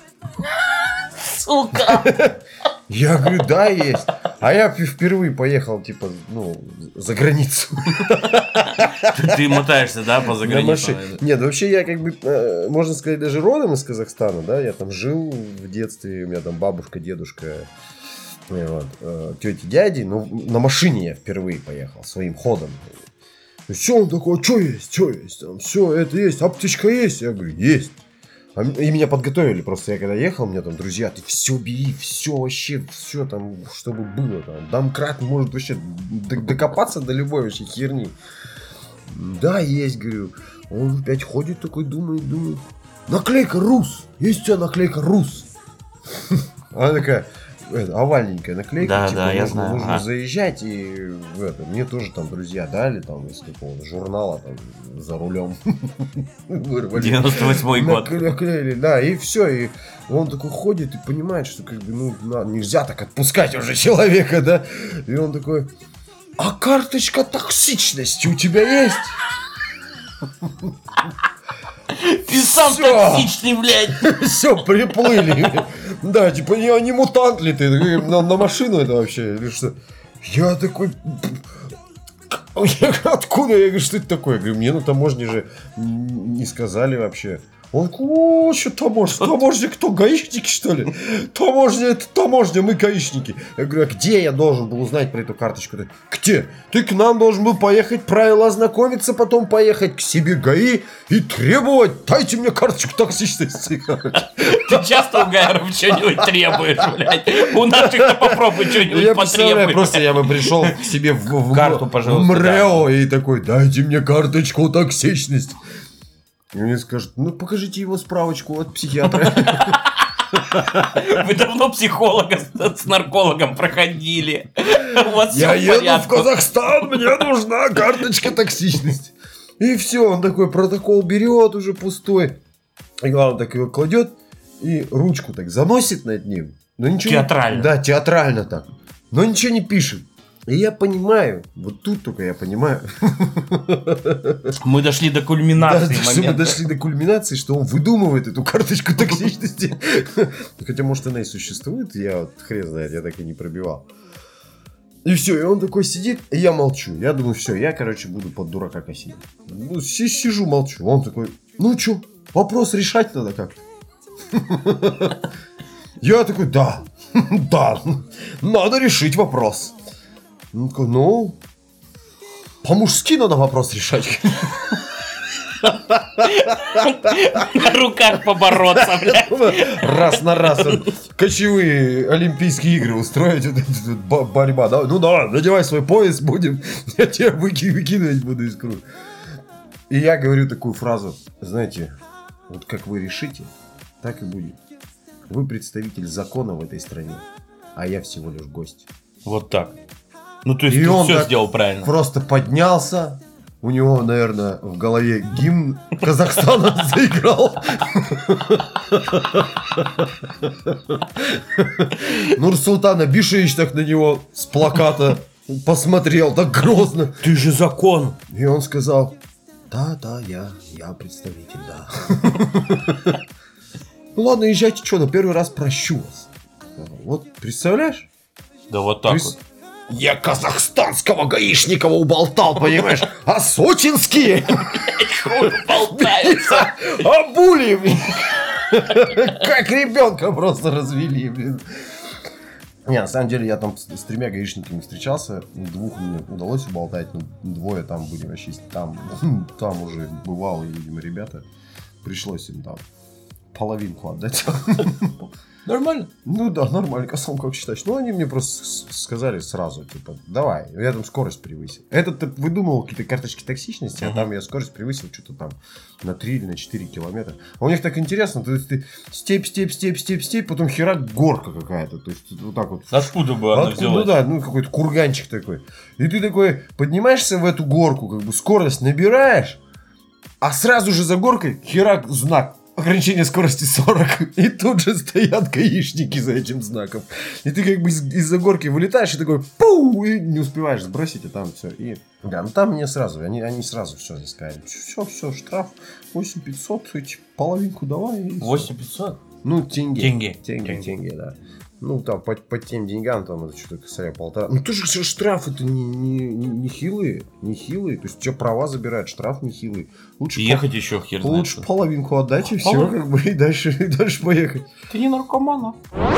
Сука! Я говорю, да, есть. А я впервые поехал, типа, за границу. Ты мотаешься, да, по заграницам? Нет, вообще я как бы, можно сказать, даже родом из Казахстана, да, я там жил в детстве, у меня там бабушка, дедушка, тети, дяди, на машине я впервые поехал, своим ходом. И все, он такой, что есть, там, все, это есть, аптечка есть, я говорю, есть. И меня подготовили, просто я когда ехал, у меня там друзья, ты все бери, все вообще, все там, чтобы было, там, домкрат может вообще докопаться до любой вообще херни. Да, есть, говорю. Он опять ходит такой, думает, наклейка РУС, есть у тебя наклейка РУС? Она такая, овальненькая наклейка, да, я знаю. Нужно заезжать, и мне тоже там друзья дали, там, из какого-то журнала, там, за рулем. 98-й год. Наклеили, да, и все, и он такой ходит и понимает, что как бы, нельзя так отпускать уже человека, да, и он такой, а карточка токсичности у тебя есть? Ты сам токсичный, блядь. Все, приплыли. Да, типа, не мутант ли ты? На машину это вообще? Или что? Я такой... Откуда? Я говорю, что это такое? Я говорю, мне на таможне же не сказали вообще. Он такой, что таможня, кто, гаишники, что ли? Таможня, это таможня, мы гаишники. Я говорю, а где я должен был узнать про эту карточку? Где? Ты к нам должен был поехать, правила ознакомиться, потом поехать к себе ГАИ и требовать, дайте мне карточку токсичности. Ты часто у гаеров что-нибудь требуешь, блядь? У наших-то попробуй что-нибудь потребуй. Просто я бы пришел к себе в карту, пожалуйста, МРЭО и такой, дайте мне карточку токсичности. И мне скажут, покажите его справочку от психиатра. Вы давно психолога с наркологом проходили. У вас Я все в еду порядке. в Казахстан, мне нужна карточка токсичности. И все, он такой протокол берет уже пустой. И главное, так его кладет и ручку так заносит над ним. Но ничего Театрально. Да, театрально так. Но ничего не пишет. И я понимаю, вот тут только я понимаю. Мы дошли до кульминации Что мы дошли до кульминации, что он выдумывает эту карточку токсичности. Хотя, может, она и существует, я вот хрен знает, я так и не пробивал. И все, и он такой сидит, и я молчу. Я думаю, все, я, короче, буду под дурака косить. Ну, сижу, молчу. Он такой, ну что, вопрос решать надо как-то. Я такой, да, надо решить вопрос. Он такой, ну, по-мужски надо вопрос решать. На руках побороться, блядь. Раз на раз кочевые Олимпийские игры устроить, вот эта борьба. Ну да, надевай свой пояс, будем, я тебя выкидывать буду из круга. И я говорю такую фразу, знаете, вот как вы решите, так и будет. Вы представитель закона в этой стране, а я всего лишь гость. Вот так. Ну, то есть и ты он все сделал правильно. Просто поднялся, у него, наверное, в голове гимн Казахстана заиграл. Нурсултан Абишевич так на него с плаката посмотрел, так грозно. Ты же закон. И он сказал, да, я представитель, да. Ну ладно, езжайте, что, на первый раз прощу вас. Вот, представляешь? Да вот так вот. Я казахстанского гаишника уболтал, понимаешь? А сочинские болтаются. обули, блин. Как ребенка просто развели, блин. Не, на самом деле я там с 3 гаишниками встречался. 2 мне удалось уболтать, но 2 там были вообще. Там уже бывалые, видимо, ребята. Пришлось им там половинку отдать. Нормально? Ну да, нормально, сам как считаешь. Ну, они мне просто сказали сразу, типа, давай, я там скорость превысил. Этот выдумывал какие-то карточки токсичности, а там я скорость превысил что-то там на 3 или на 4 километра. А у них так интересно, то есть ты степь, потом херак горка какая-то. То есть вот так вот. Откуда бы она взялась? Ну да, ну какой-то курганчик такой. И ты такой поднимаешься в эту горку, как бы скорость набираешь, а сразу же за горкой херак знак. Ограничение скорости 40. И тут же стоят гаишники за этим знаком. И ты как бы из-за горки вылетаешь и такой пу! И не успеваешь сбросить, а там все. И да, ну там мне сразу, они сразу все сказали. Все, штраф 8500, половинку давай. 8500? Ну, тенге, Тенге, да. Ну, там, по тем деньгам, там, это что-то косаря 1,5. Ну, тоже штрафы-то не хилые. Не хилые. То есть, у тебя права забирают, штраф не хилый. Лучше ехать еще хер знает. Лучше половинку отдать, и все, как бы, и дальше поехать. Ты не наркоман,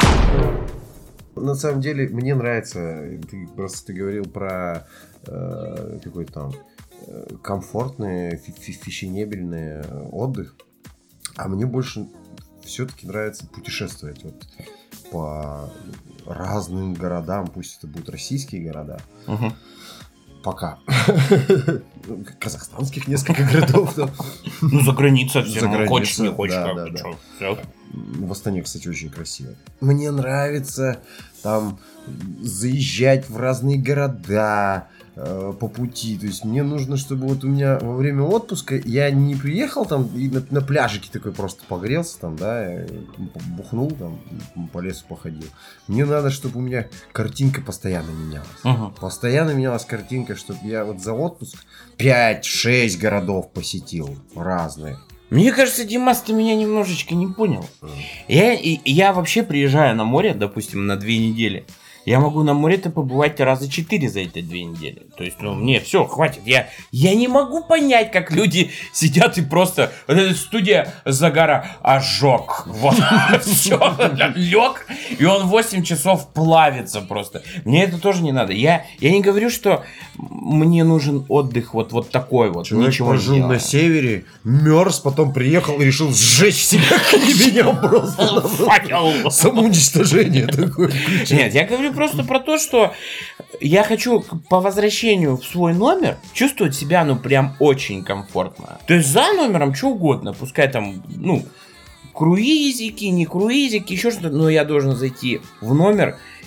На самом деле, мне нравится, ты говорил про какой-то там комфортный, фешенебельный отдых. А мне больше все-таки нравится путешествовать вот по разным городам, пусть это будут российские города. Угу. Пока. Казахстанских несколько городов. Ну, за границей все равно. Хочешь, не хочешь. Да. В Астане, кстати, очень красиво. Мне нравится там заезжать в разные города по пути. То есть мне нужно, чтобы вот у меня во время отпуска я не приехал там и на пляжике такой просто погрелся там, да, бухнул там, по лесу походил. Мне надо, чтобы у меня картинка постоянно менялась. Угу. Постоянно менялась картинка, чтобы я вот за отпуск 5-6 городов посетил разных. Мне кажется, Димас, ты меня немножечко не понял. Я вообще приезжаю на море, допустим, на 2 недели. Я могу на море-то побывать раза 4 за эти 2 недели. То есть, ну, мне все, хватит. Я не могу понять, как люди сидят и просто... Вот эта студия загара ожог. Вот, все, лег, и он 8 часов плавится просто. Мне это тоже не надо. Я не говорю, что мне нужен отдых вот такой вот. Человек ничего пожил не на делая. севере, мерз, потом приехал и решил сжечь себя меня просто. Факел. Самоуничтожение такое. Нет, я говорю просто про то, что я хочу по возвращению в свой номер чувствовать себя, ну, прям очень комфортно. То есть за номером что угодно, пускай там, ну, круизики, не круизики, еще что-то, но я должен зайти в номер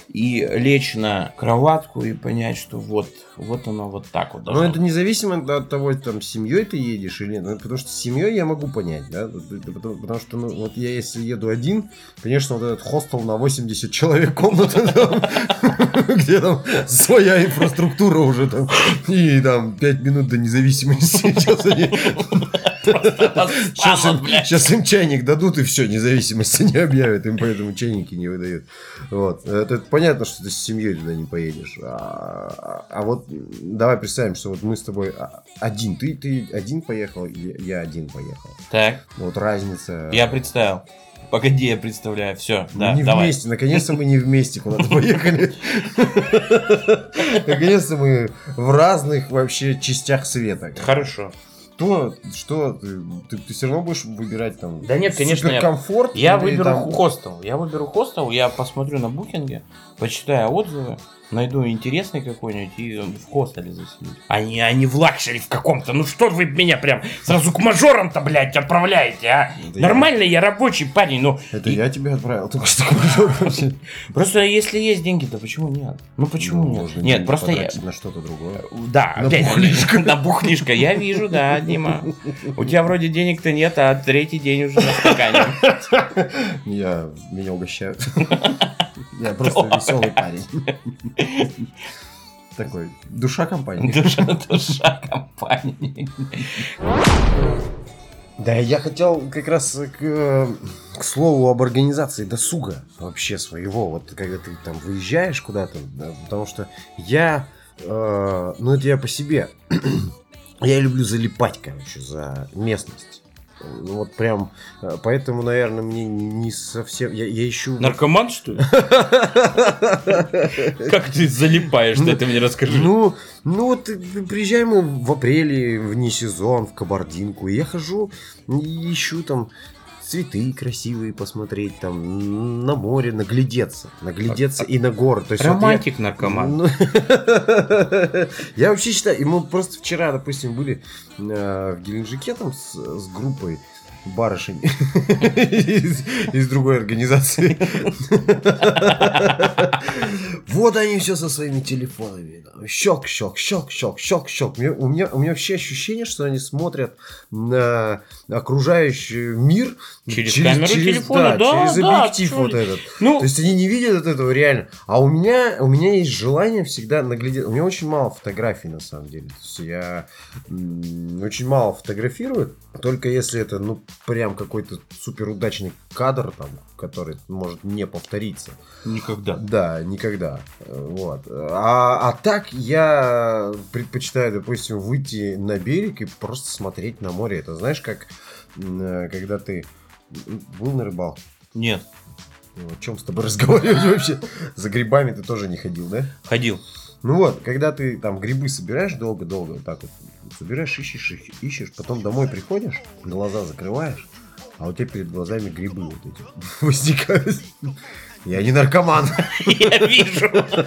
и лечь на кроватку и понять, что вот оно вот так вот. Но это независимо от того, там, с семьей ты едешь или нет. Потому что с семьей я могу понять, да. Потому что, ну, вот я если еду один, конечно, вот этот хостел на 80 человек комната, где там своя инфраструктура уже там, и там 5 минут до независимости. Сейчас им чайник дадут, и все, независимости не объявят, им поэтому чайники не выдают. Вот. Это понятно, что ты с семьей туда не поедешь. А вот давай представим, что вот мы с тобой один. Ты один поехал, я один поехал. Так. Вот разница. Я представил. Погоди, я представляю. Все, да, не давай. Вместе. Наконец-то мы не вместе куда-то поехали. Наконец-то мы в разных вообще частях света. Хорошо. Что ты все равно будешь выбирать там? Да нет, конечно, суперкомфорт. Я выберу хостел. Я посмотрю на букинге, почитаю отзывы, найду интересный какой-нибудь и в хостеле заселюсь. А не в лакшери в каком-то. Ну что вы меня прям сразу к мажорам-то, блядь, отправляете, а? Это нормально, я рабочий парень, ну... Это я тебя отправил, только что к мажорам. Просто если есть деньги, то почему нет? Ну почему нет? Нет, просто я... на что-то другое. Да, опять на бухлишко. Я вижу, да, Дима. У тебя вроде денег-то нет, а третий день уже на стакане. Меня угощают. Я просто веселый парень. Такой, душа компании. Душа компании. Да, я хотел как раз к слову об организации досуга вообще своего. Вот когда ты там выезжаешь куда-то, да, потому что я, ну это я по себе, я люблю залипать, короче, за местность. Ну вот прям, поэтому, наверное, мне не совсем... Я ищу... Наркоман, что ли? Как ты залипаешь, ты мне расскажи. Ну вот приезжаем мы в апреле, вне сезон, в Кабардинку, и я хожу и ищу там цветы красивые посмотреть, там на море, наглядеться и на горы. То есть романтик, вот наркоман. Я вообще считаю, и мы просто вчера, допустим, были в Геленджике там с группой барышень из другой организации. Вот они все со своими телефонами. Щелк. У меня вообще ощущение, что они смотрят на окружающий мир через камеру телефона, через объектив вот этот. То есть они не видят от этого реально. А у меня есть желание всегда наглядеть. У меня очень мало фотографий на самом деле. То есть я очень мало фотографирую, только если это, ну, прям какой-то супер удачный кадр, там, который может не повториться. Никогда. Да, никогда. Вот. А так я предпочитаю, допустим, выйти на берег и просто смотреть на море. Это знаешь, как когда ты был на рыбалке? Нет. О чем с тобой разговаривать вообще? За грибами ты тоже не ходил, да? Ходил. Ну вот, когда ты там грибы собираешь долго-долго, вот так вот собираешь, ищешь, потом домой приходишь, глаза закрываешь, а у тебя перед глазами грибы вот эти возникают. Я не наркоман. Я вижу.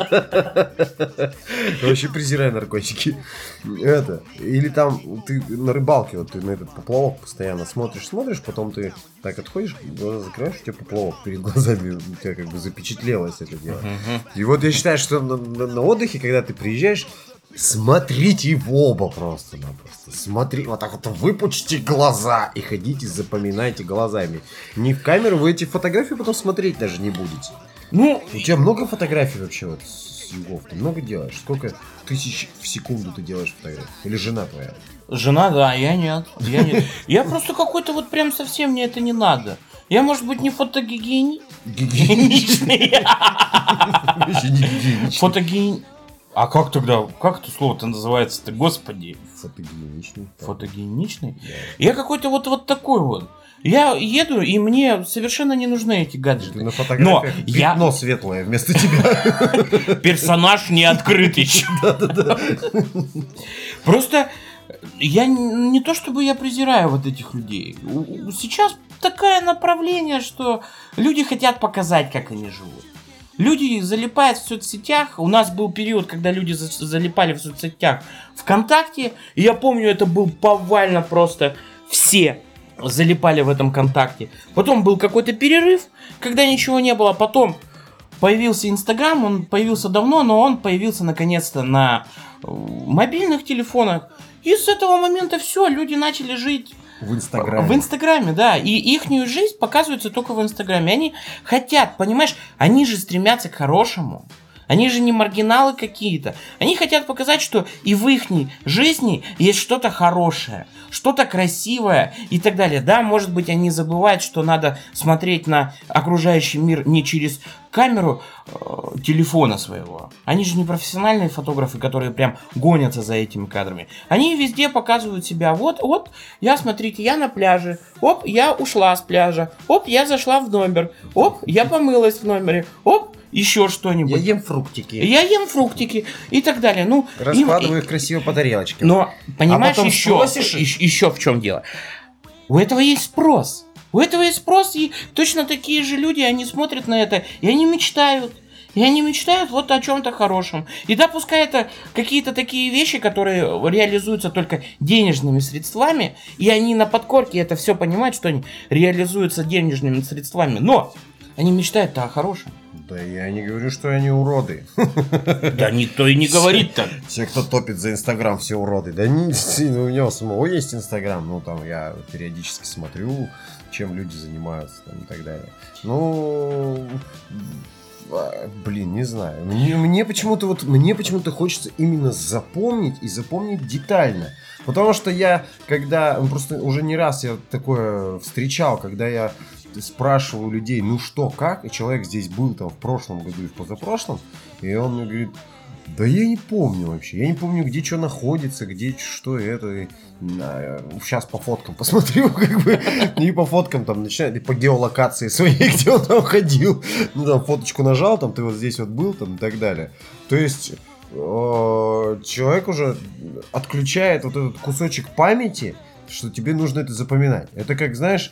Я вообще презираю наркотики. Или там ты на рыбалке, вот ты на этот поплавок постоянно смотришь, потом ты так отходишь, глаза закрываешь, у тебя поплавок перед глазами, у тебя как бы запечатлелось это дело. И вот я считаю, что на отдыхе, когда ты приезжаешь, смотрите в оба просто-напросто. Смотри, вот так вот выпучите глаза и ходите, запоминайте глазами. Не в камеру, вы эти фотографии потом смотреть даже не будете. Ну, у тебя много фотографий вообще вот с югов? Ты много делаешь? Сколько тысяч в секунду ты делаешь фотографий? Или жена твоя? Жена, да, я нет. Я просто какой-то вот прям совсем мне это не надо. Я, может быть, не фотогеничный. А как тогда? Как это слово-то называется-то? Господи. Фотогеничный. Фотогеничный? Да. Я какой-то вот такой вот. Я еду, и мне совершенно не нужны эти гаджеты. Ты на фотографиях пятно светлое вместо тебя. Персонаж не открытый. Да. Просто я не то чтобы я презираю вот этих людей. Сейчас такое направление, что люди хотят показать, как они живут. Люди залипают в соцсетях. У нас был период, когда люди залипали в соцсетях ВКонтакте. И я помню, это был повально просто. Все залипали в этом ВКонтакте. Потом был какой-то перерыв, когда ничего не было. Потом появился Инстаграм, он появился давно, но он появился наконец-то на мобильных телефонах. И с этого момента все, люди начали жить В Инстаграме. в Инстаграме, да. И ихнюю жизнь показывается только в Инстаграме. Они хотят, понимаешь, они же стремятся к хорошему. Они же не маргиналы какие-то. Они хотят показать, что и в их жизни есть что-то хорошее, что-то красивое и так далее. Да, может быть, они забывают, что надо смотреть на окружающий мир не через камеру телефона своего. Они же не профессиональные фотографы, которые прям гонятся за этими кадрами. Они везде показывают себя. Вот, я, смотрите, я на пляже. Оп, я ушла с пляжа. Оп, я зашла в номер. Оп, я помылась в номере. Оп, еще что-нибудь. Я ем фруктики. Я ем фруктики и так далее. Ну, Раскладываю их красиво по тарелочке. но, понимаешь, потом еще спросишь- еще в чем дело. У этого есть спрос. У этого есть спрос, и точно такие же люди, они смотрят на это, и они мечтают. И они мечтают вот о чем-то хорошем. И да, пускай это какие-то такие вещи, которые реализуются только денежными средствами, и они на подкорке это все понимают, что они реализуются денежными средствами. Но они мечтают-то о хорошем. Да я не говорю, что они уроды. Да никто и не говорит так. Все, кто топит за Инстаграм, все уроды. Да не, у него самого есть Инстаграм. Ну, там я периодически смотрю, чем люди занимаются там, и так далее. Ну, блин, не знаю. Мне почему-то хочется именно запомнить и запомнить детально. Потому что я, просто уже не раз я такое встречал, когда я спрашиваю людей, ну что, как, и человек здесь был там в прошлом году и в позапрошлом, и он мне говорит, да я не помню вообще, я не помню, где что находится, где что это, и, сейчас по фоткам посмотрю, как бы, и по фоткам там начинает, и по геолокации своей, где он там ходил, ну там фоточку нажал, там ты вот здесь вот был, там и так далее, то есть человек уже отключает вот этот кусочек памяти, что тебе нужно это запоминать. Это как, знаешь,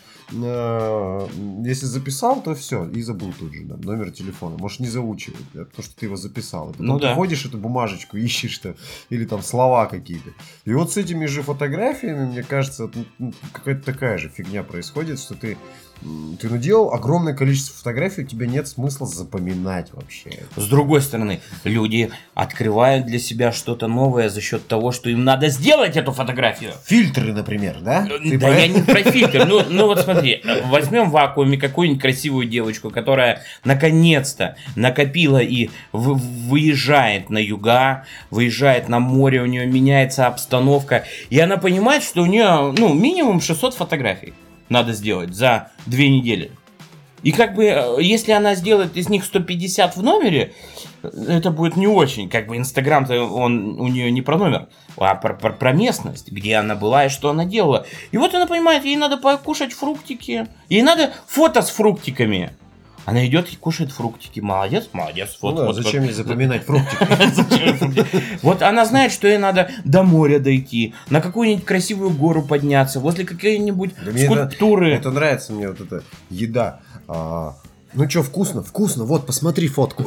если записал, то все, и забыл тут же, да, номер телефона. Можешь не заучивать, да, потому что ты его записал. И потом ты ходишь эту бумажечку, ищешь там, или там слова какие-то. И вот с этими же фотографиями, мне кажется, какая-то такая же фигня происходит, что ты наделал огромное количество фотографий, у тебя нет смысла запоминать вообще. С другой стороны, люди открывают для себя что-то новое за счет того, что им надо сделать эту фотографию. Фильтры, например, да? Да я не про фильтр. Ну вот смотри, возьмем в вакууме какую-нибудь красивую девочку, которая наконец-то накопила и выезжает на юга, выезжает на море, у нее меняется обстановка, и она понимает, что у нее минимум 600 фотографий надо сделать за 2 недели. И как бы, если она сделает из них 150 в номере, это будет не очень. Как бы Инстаграм-то он у нее не про номер, а про местность, где она была и что она делала. И вот она понимает, ей надо покушать фруктики. Ей надо фото с фруктиками. Она идет и кушает фруктики. Молодец. Вот, зачем ей запоминать фруктики? Вот она знает, что ей надо до моря дойти, на какую-нибудь красивую гору подняться, возле какой-нибудь скульптуры. Это нравится мне, вот эта еда. Ну что, вкусно? Вкусно. Вот, посмотри фотку.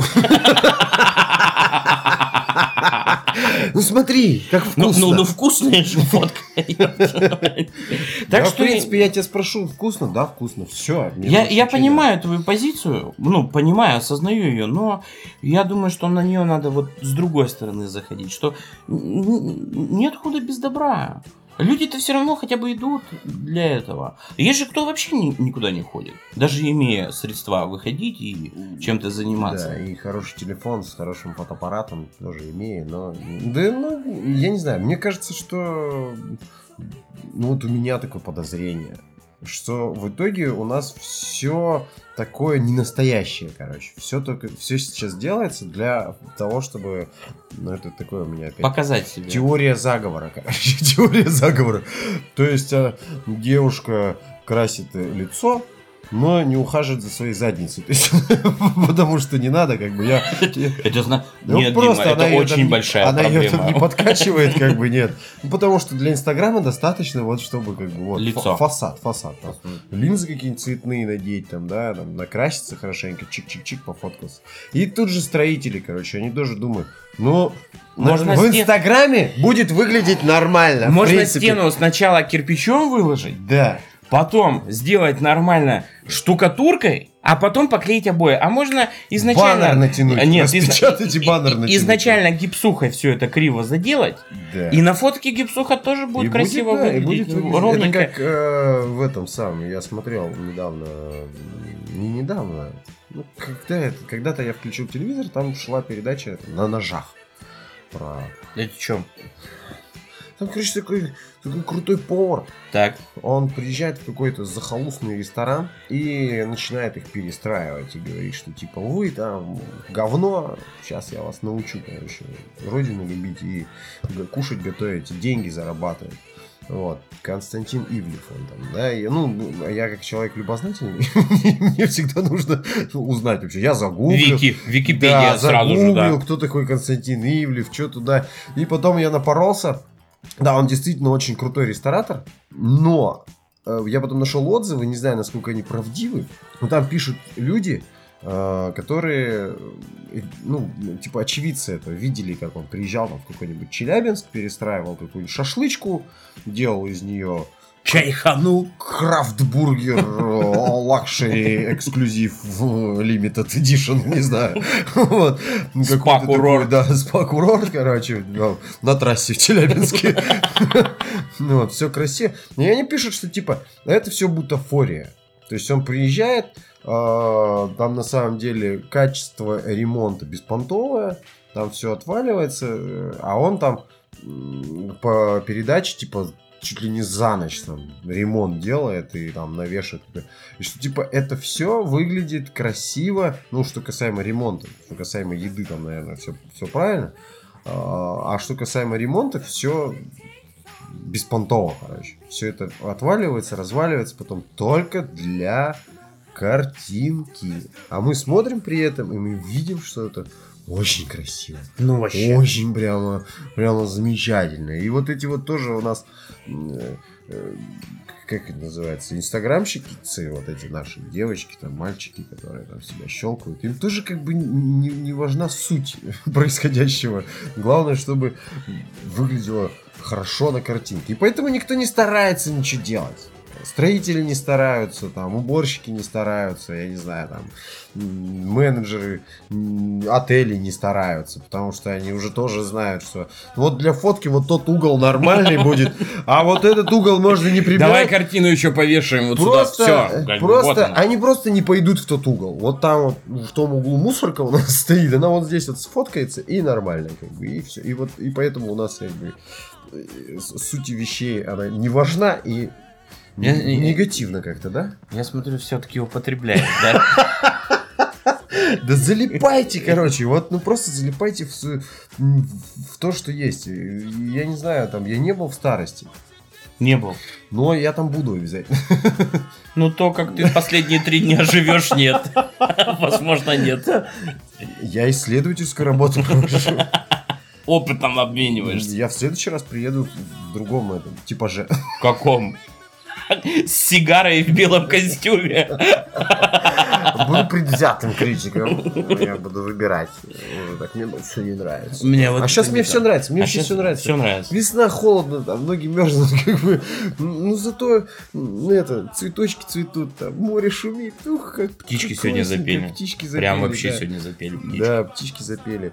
Ну смотри, как вкусно. Ну вкусная же фотка. Так что, в принципе, я тебя спрошу, вкусно? Да, вкусно. Все. Я понимаю твою позицию, понимаю, осознаю ее, но я думаю, что на нее надо вот с другой стороны заходить, что нет худа без добра. Люди-то все равно хотя бы идут для этого. Есть же кто вообще никуда не ходит, даже имея средства выходить и чем-то заниматься. Да, и хороший телефон с хорошим фотоаппаратом тоже имея, но... я не знаю, мне кажется, что... вот у меня такое подозрение, что в итоге у нас все такое ненастоящее, короче. Все сейчас делается для того, чтобы... это такое у меня опять... Показать себе. Теория заговора, короче. Теория заговора. То есть девушка красит лицо, но не ухаживает за своей задницей. То есть, потому что не надо, как бы я... Это нет, Дима, это очень большая проблема. Она ее там не подкачивает, как бы, нет. Потому что для Инстаграма достаточно, вот, чтобы, как бы, вот, лицо. Фасад. Там, линзы какие-нибудь цветные надеть, там, да, там, накраситься хорошенько, чик-чик-чик, пофоткался. И тут же строители, короче, они тоже думают, можно в Инстаграме будет выглядеть нормально. Можно стену сначала кирпичом выложить. Да. потом сделать нормально штукатуркой, а потом поклеить обои. А можно изначально... Баннер натянуть. Нет, распечатать и баннер натянуть. изначально гипсухой все это криво заделать. Да. И на фотке гипсуха тоже будет И красиво будет, да, и выглядеть. будет выглядеть. Ровненько. Это как в этом самом, я смотрел недавно, не недавно, ну, когда-то я включил телевизор, там шла передача на ножах. Про... Это что? Там, короче, такой крутой повар. Так. Он приезжает в какой-то захолустный ресторан и начинает их перестраивать и говорит, что типа вы там говно, сейчас я вас научу, короче, родину любить и кушать, готовить, и деньги зарабатывать. Вот. Константин Ивлев он там, да, и, ну, я как человек любознательный, мне всегда нужно узнать вообще, я загуглил. Википедия да, сразу же, загуглил, да. кто такой Константин Ивлев, что туда, и потом я напоролся. Да, он действительно очень крутой ресторатор, но я потом нашел отзывы, не знаю, насколько они правдивы, но там пишут люди, которые, ну, типа очевидцы этого, видели, как он приезжал там в какой-нибудь Челябинск, перестраивал какую-нибудь шашлычку, делал из нее Чайхану. крафтбургер, лакшери, эксклюзив, limited edition, не знаю. Вот. Спа-курорт. Да, спа-курорт, короче, на трассе в Челябинске. Вот, все красиво. И они пишут, что типа, это все бутафория. То есть он приезжает, там на самом деле качество ремонта беспонтовое, там все отваливается, а он там по передаче типа чуть ли не за ночь там ремонт делает и там навешивает. И что типа это все выглядит красиво, ну что касаемо ремонта, что касаемо еды там, наверное, все правильно. А что касаемо ремонта, все беспонтово, короче. Все это отваливается, разваливается потом только для картинки. А мы смотрим при этом, и мы видим, что это очень красиво. Ну вообще. Очень прямо замечательно. И вот эти вот тоже у нас, как это называется, инстаграмщики, вот эти наши девочки, там, мальчики, которые там себя щелкают. Им тоже как бы не важна суть происходящего. Главное, чтобы выглядело хорошо на картинке. И поэтому никто не старается ничего делать. Строители не стараются, там, уборщики не стараются, я не знаю, там, менеджеры отелей не стараются, потому что они уже тоже знают, что вот для фотки вот тот угол нормальный будет, а вот этот угол можно не прибирать. Давай картину еще повешаем вот Просто, сюда. Все. просто они просто не пойдут в тот угол. Вот там вот в том углу мусорка у нас стоит, она вот здесь вот сфоткается и нормально, как бы, и все. И вот и поэтому у нас как бы суть вещей она не важна и негативно как-то, да? Я смотрю, все-таки употребляет, да? Да залипайте, короче, вот, ну просто залипайте в то, что есть. Я не знаю, там, я не был в старости. Не был. Но я там буду обязательно. Ну то, как ты последние 3 дня живешь, нет. Возможно, нет. Я исследовательскую работу провожу. Опытом обмениваешься. Я в следующий раз приеду в другом этом типаже. В каком? С сигарой в белом костюме. Буду предвзятым критиком. Я буду выбирать. Так, мне все не нравится. А сейчас мне все нравится. Мне сейчас все нравится. Все нравится. Весна, холодно, там ноги мерзнут, как бы. Ну зато это, цветочки цветут, там, море шумит. Ух, как птички сегодня запели. Птички запели. Прям вообще сегодня запели птички. Да, птички запели.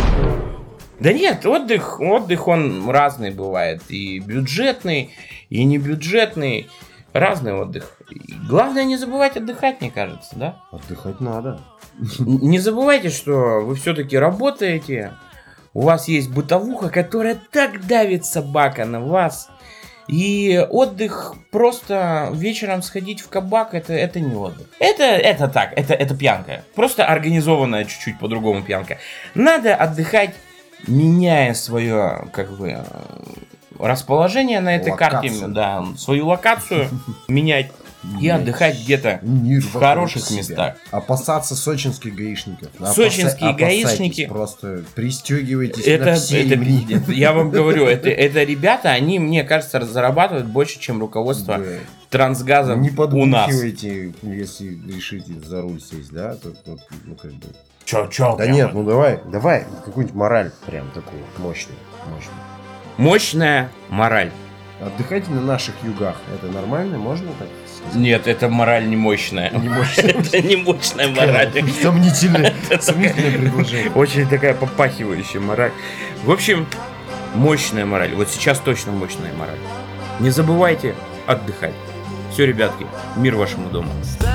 Да нет, отдых он разный бывает. И бюджетный, и небюджетный. Разный отдых. И главное не забывать отдыхать, мне кажется, да? Отдыхать надо. Не забывайте, что вы все-таки работаете. У вас есть бытовуха, которая так давит собака на вас. И отдых просто вечером сходить в кабак, это не отдых. Это так, это пьянка. Просто организованная чуть-чуть по-другому пьянка. Надо отдыхать, меняя свое, как бы, расположение на этой карте, да, свою локацию менять и отдыхать где-то в хороших местах. Опасаться сочинских гаишников. Сочинские гаишники. Просто пристегивайтесь на все ремни. Я вам говорю, это ребята, они, мне кажется, зарабатывают больше, чем руководство Трансгаза не у нас. Не подбухивайте, если решите за руль сесть, да? Ну, как бы... Чё? Да нет, ну давай, какую-нибудь мораль прям такую мощную. Мощная мораль. Отдыхайте на наших югах. Это нормально? Можно так сказать? Нет, это мораль не мощная. Не мощная. Это не мощная мораль. Сомнительное предложение. Очень такая попахивающая мораль. В общем, мощная мораль. Вот сейчас точно мощная мораль. Не забывайте отдыхать. Все, ребятки, мир вашему дому.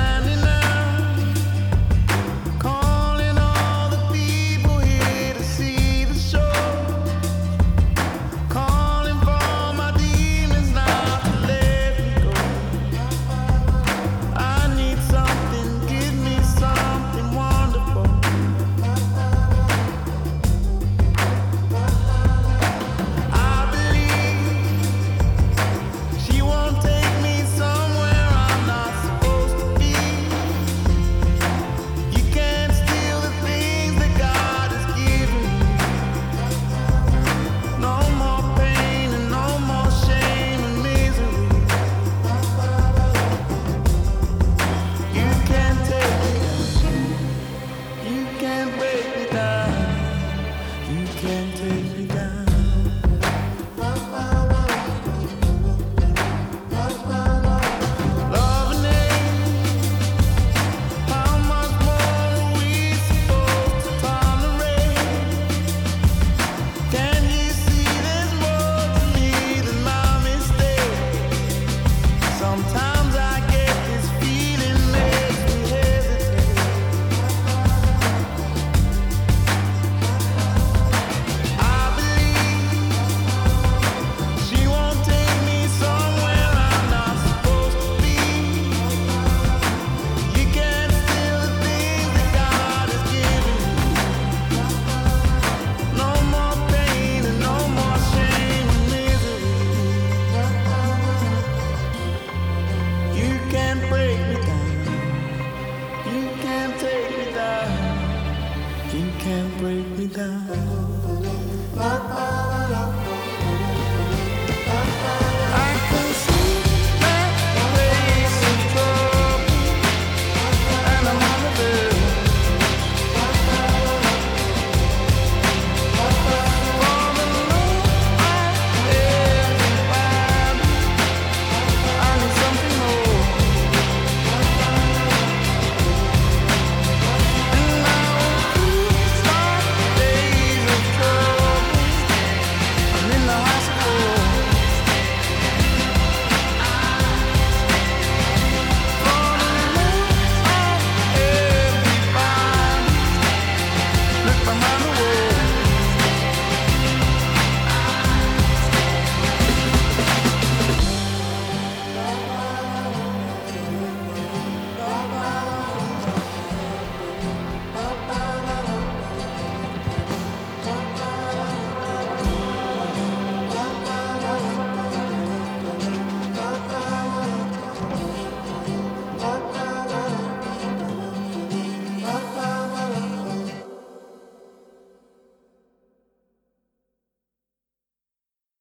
Break me down.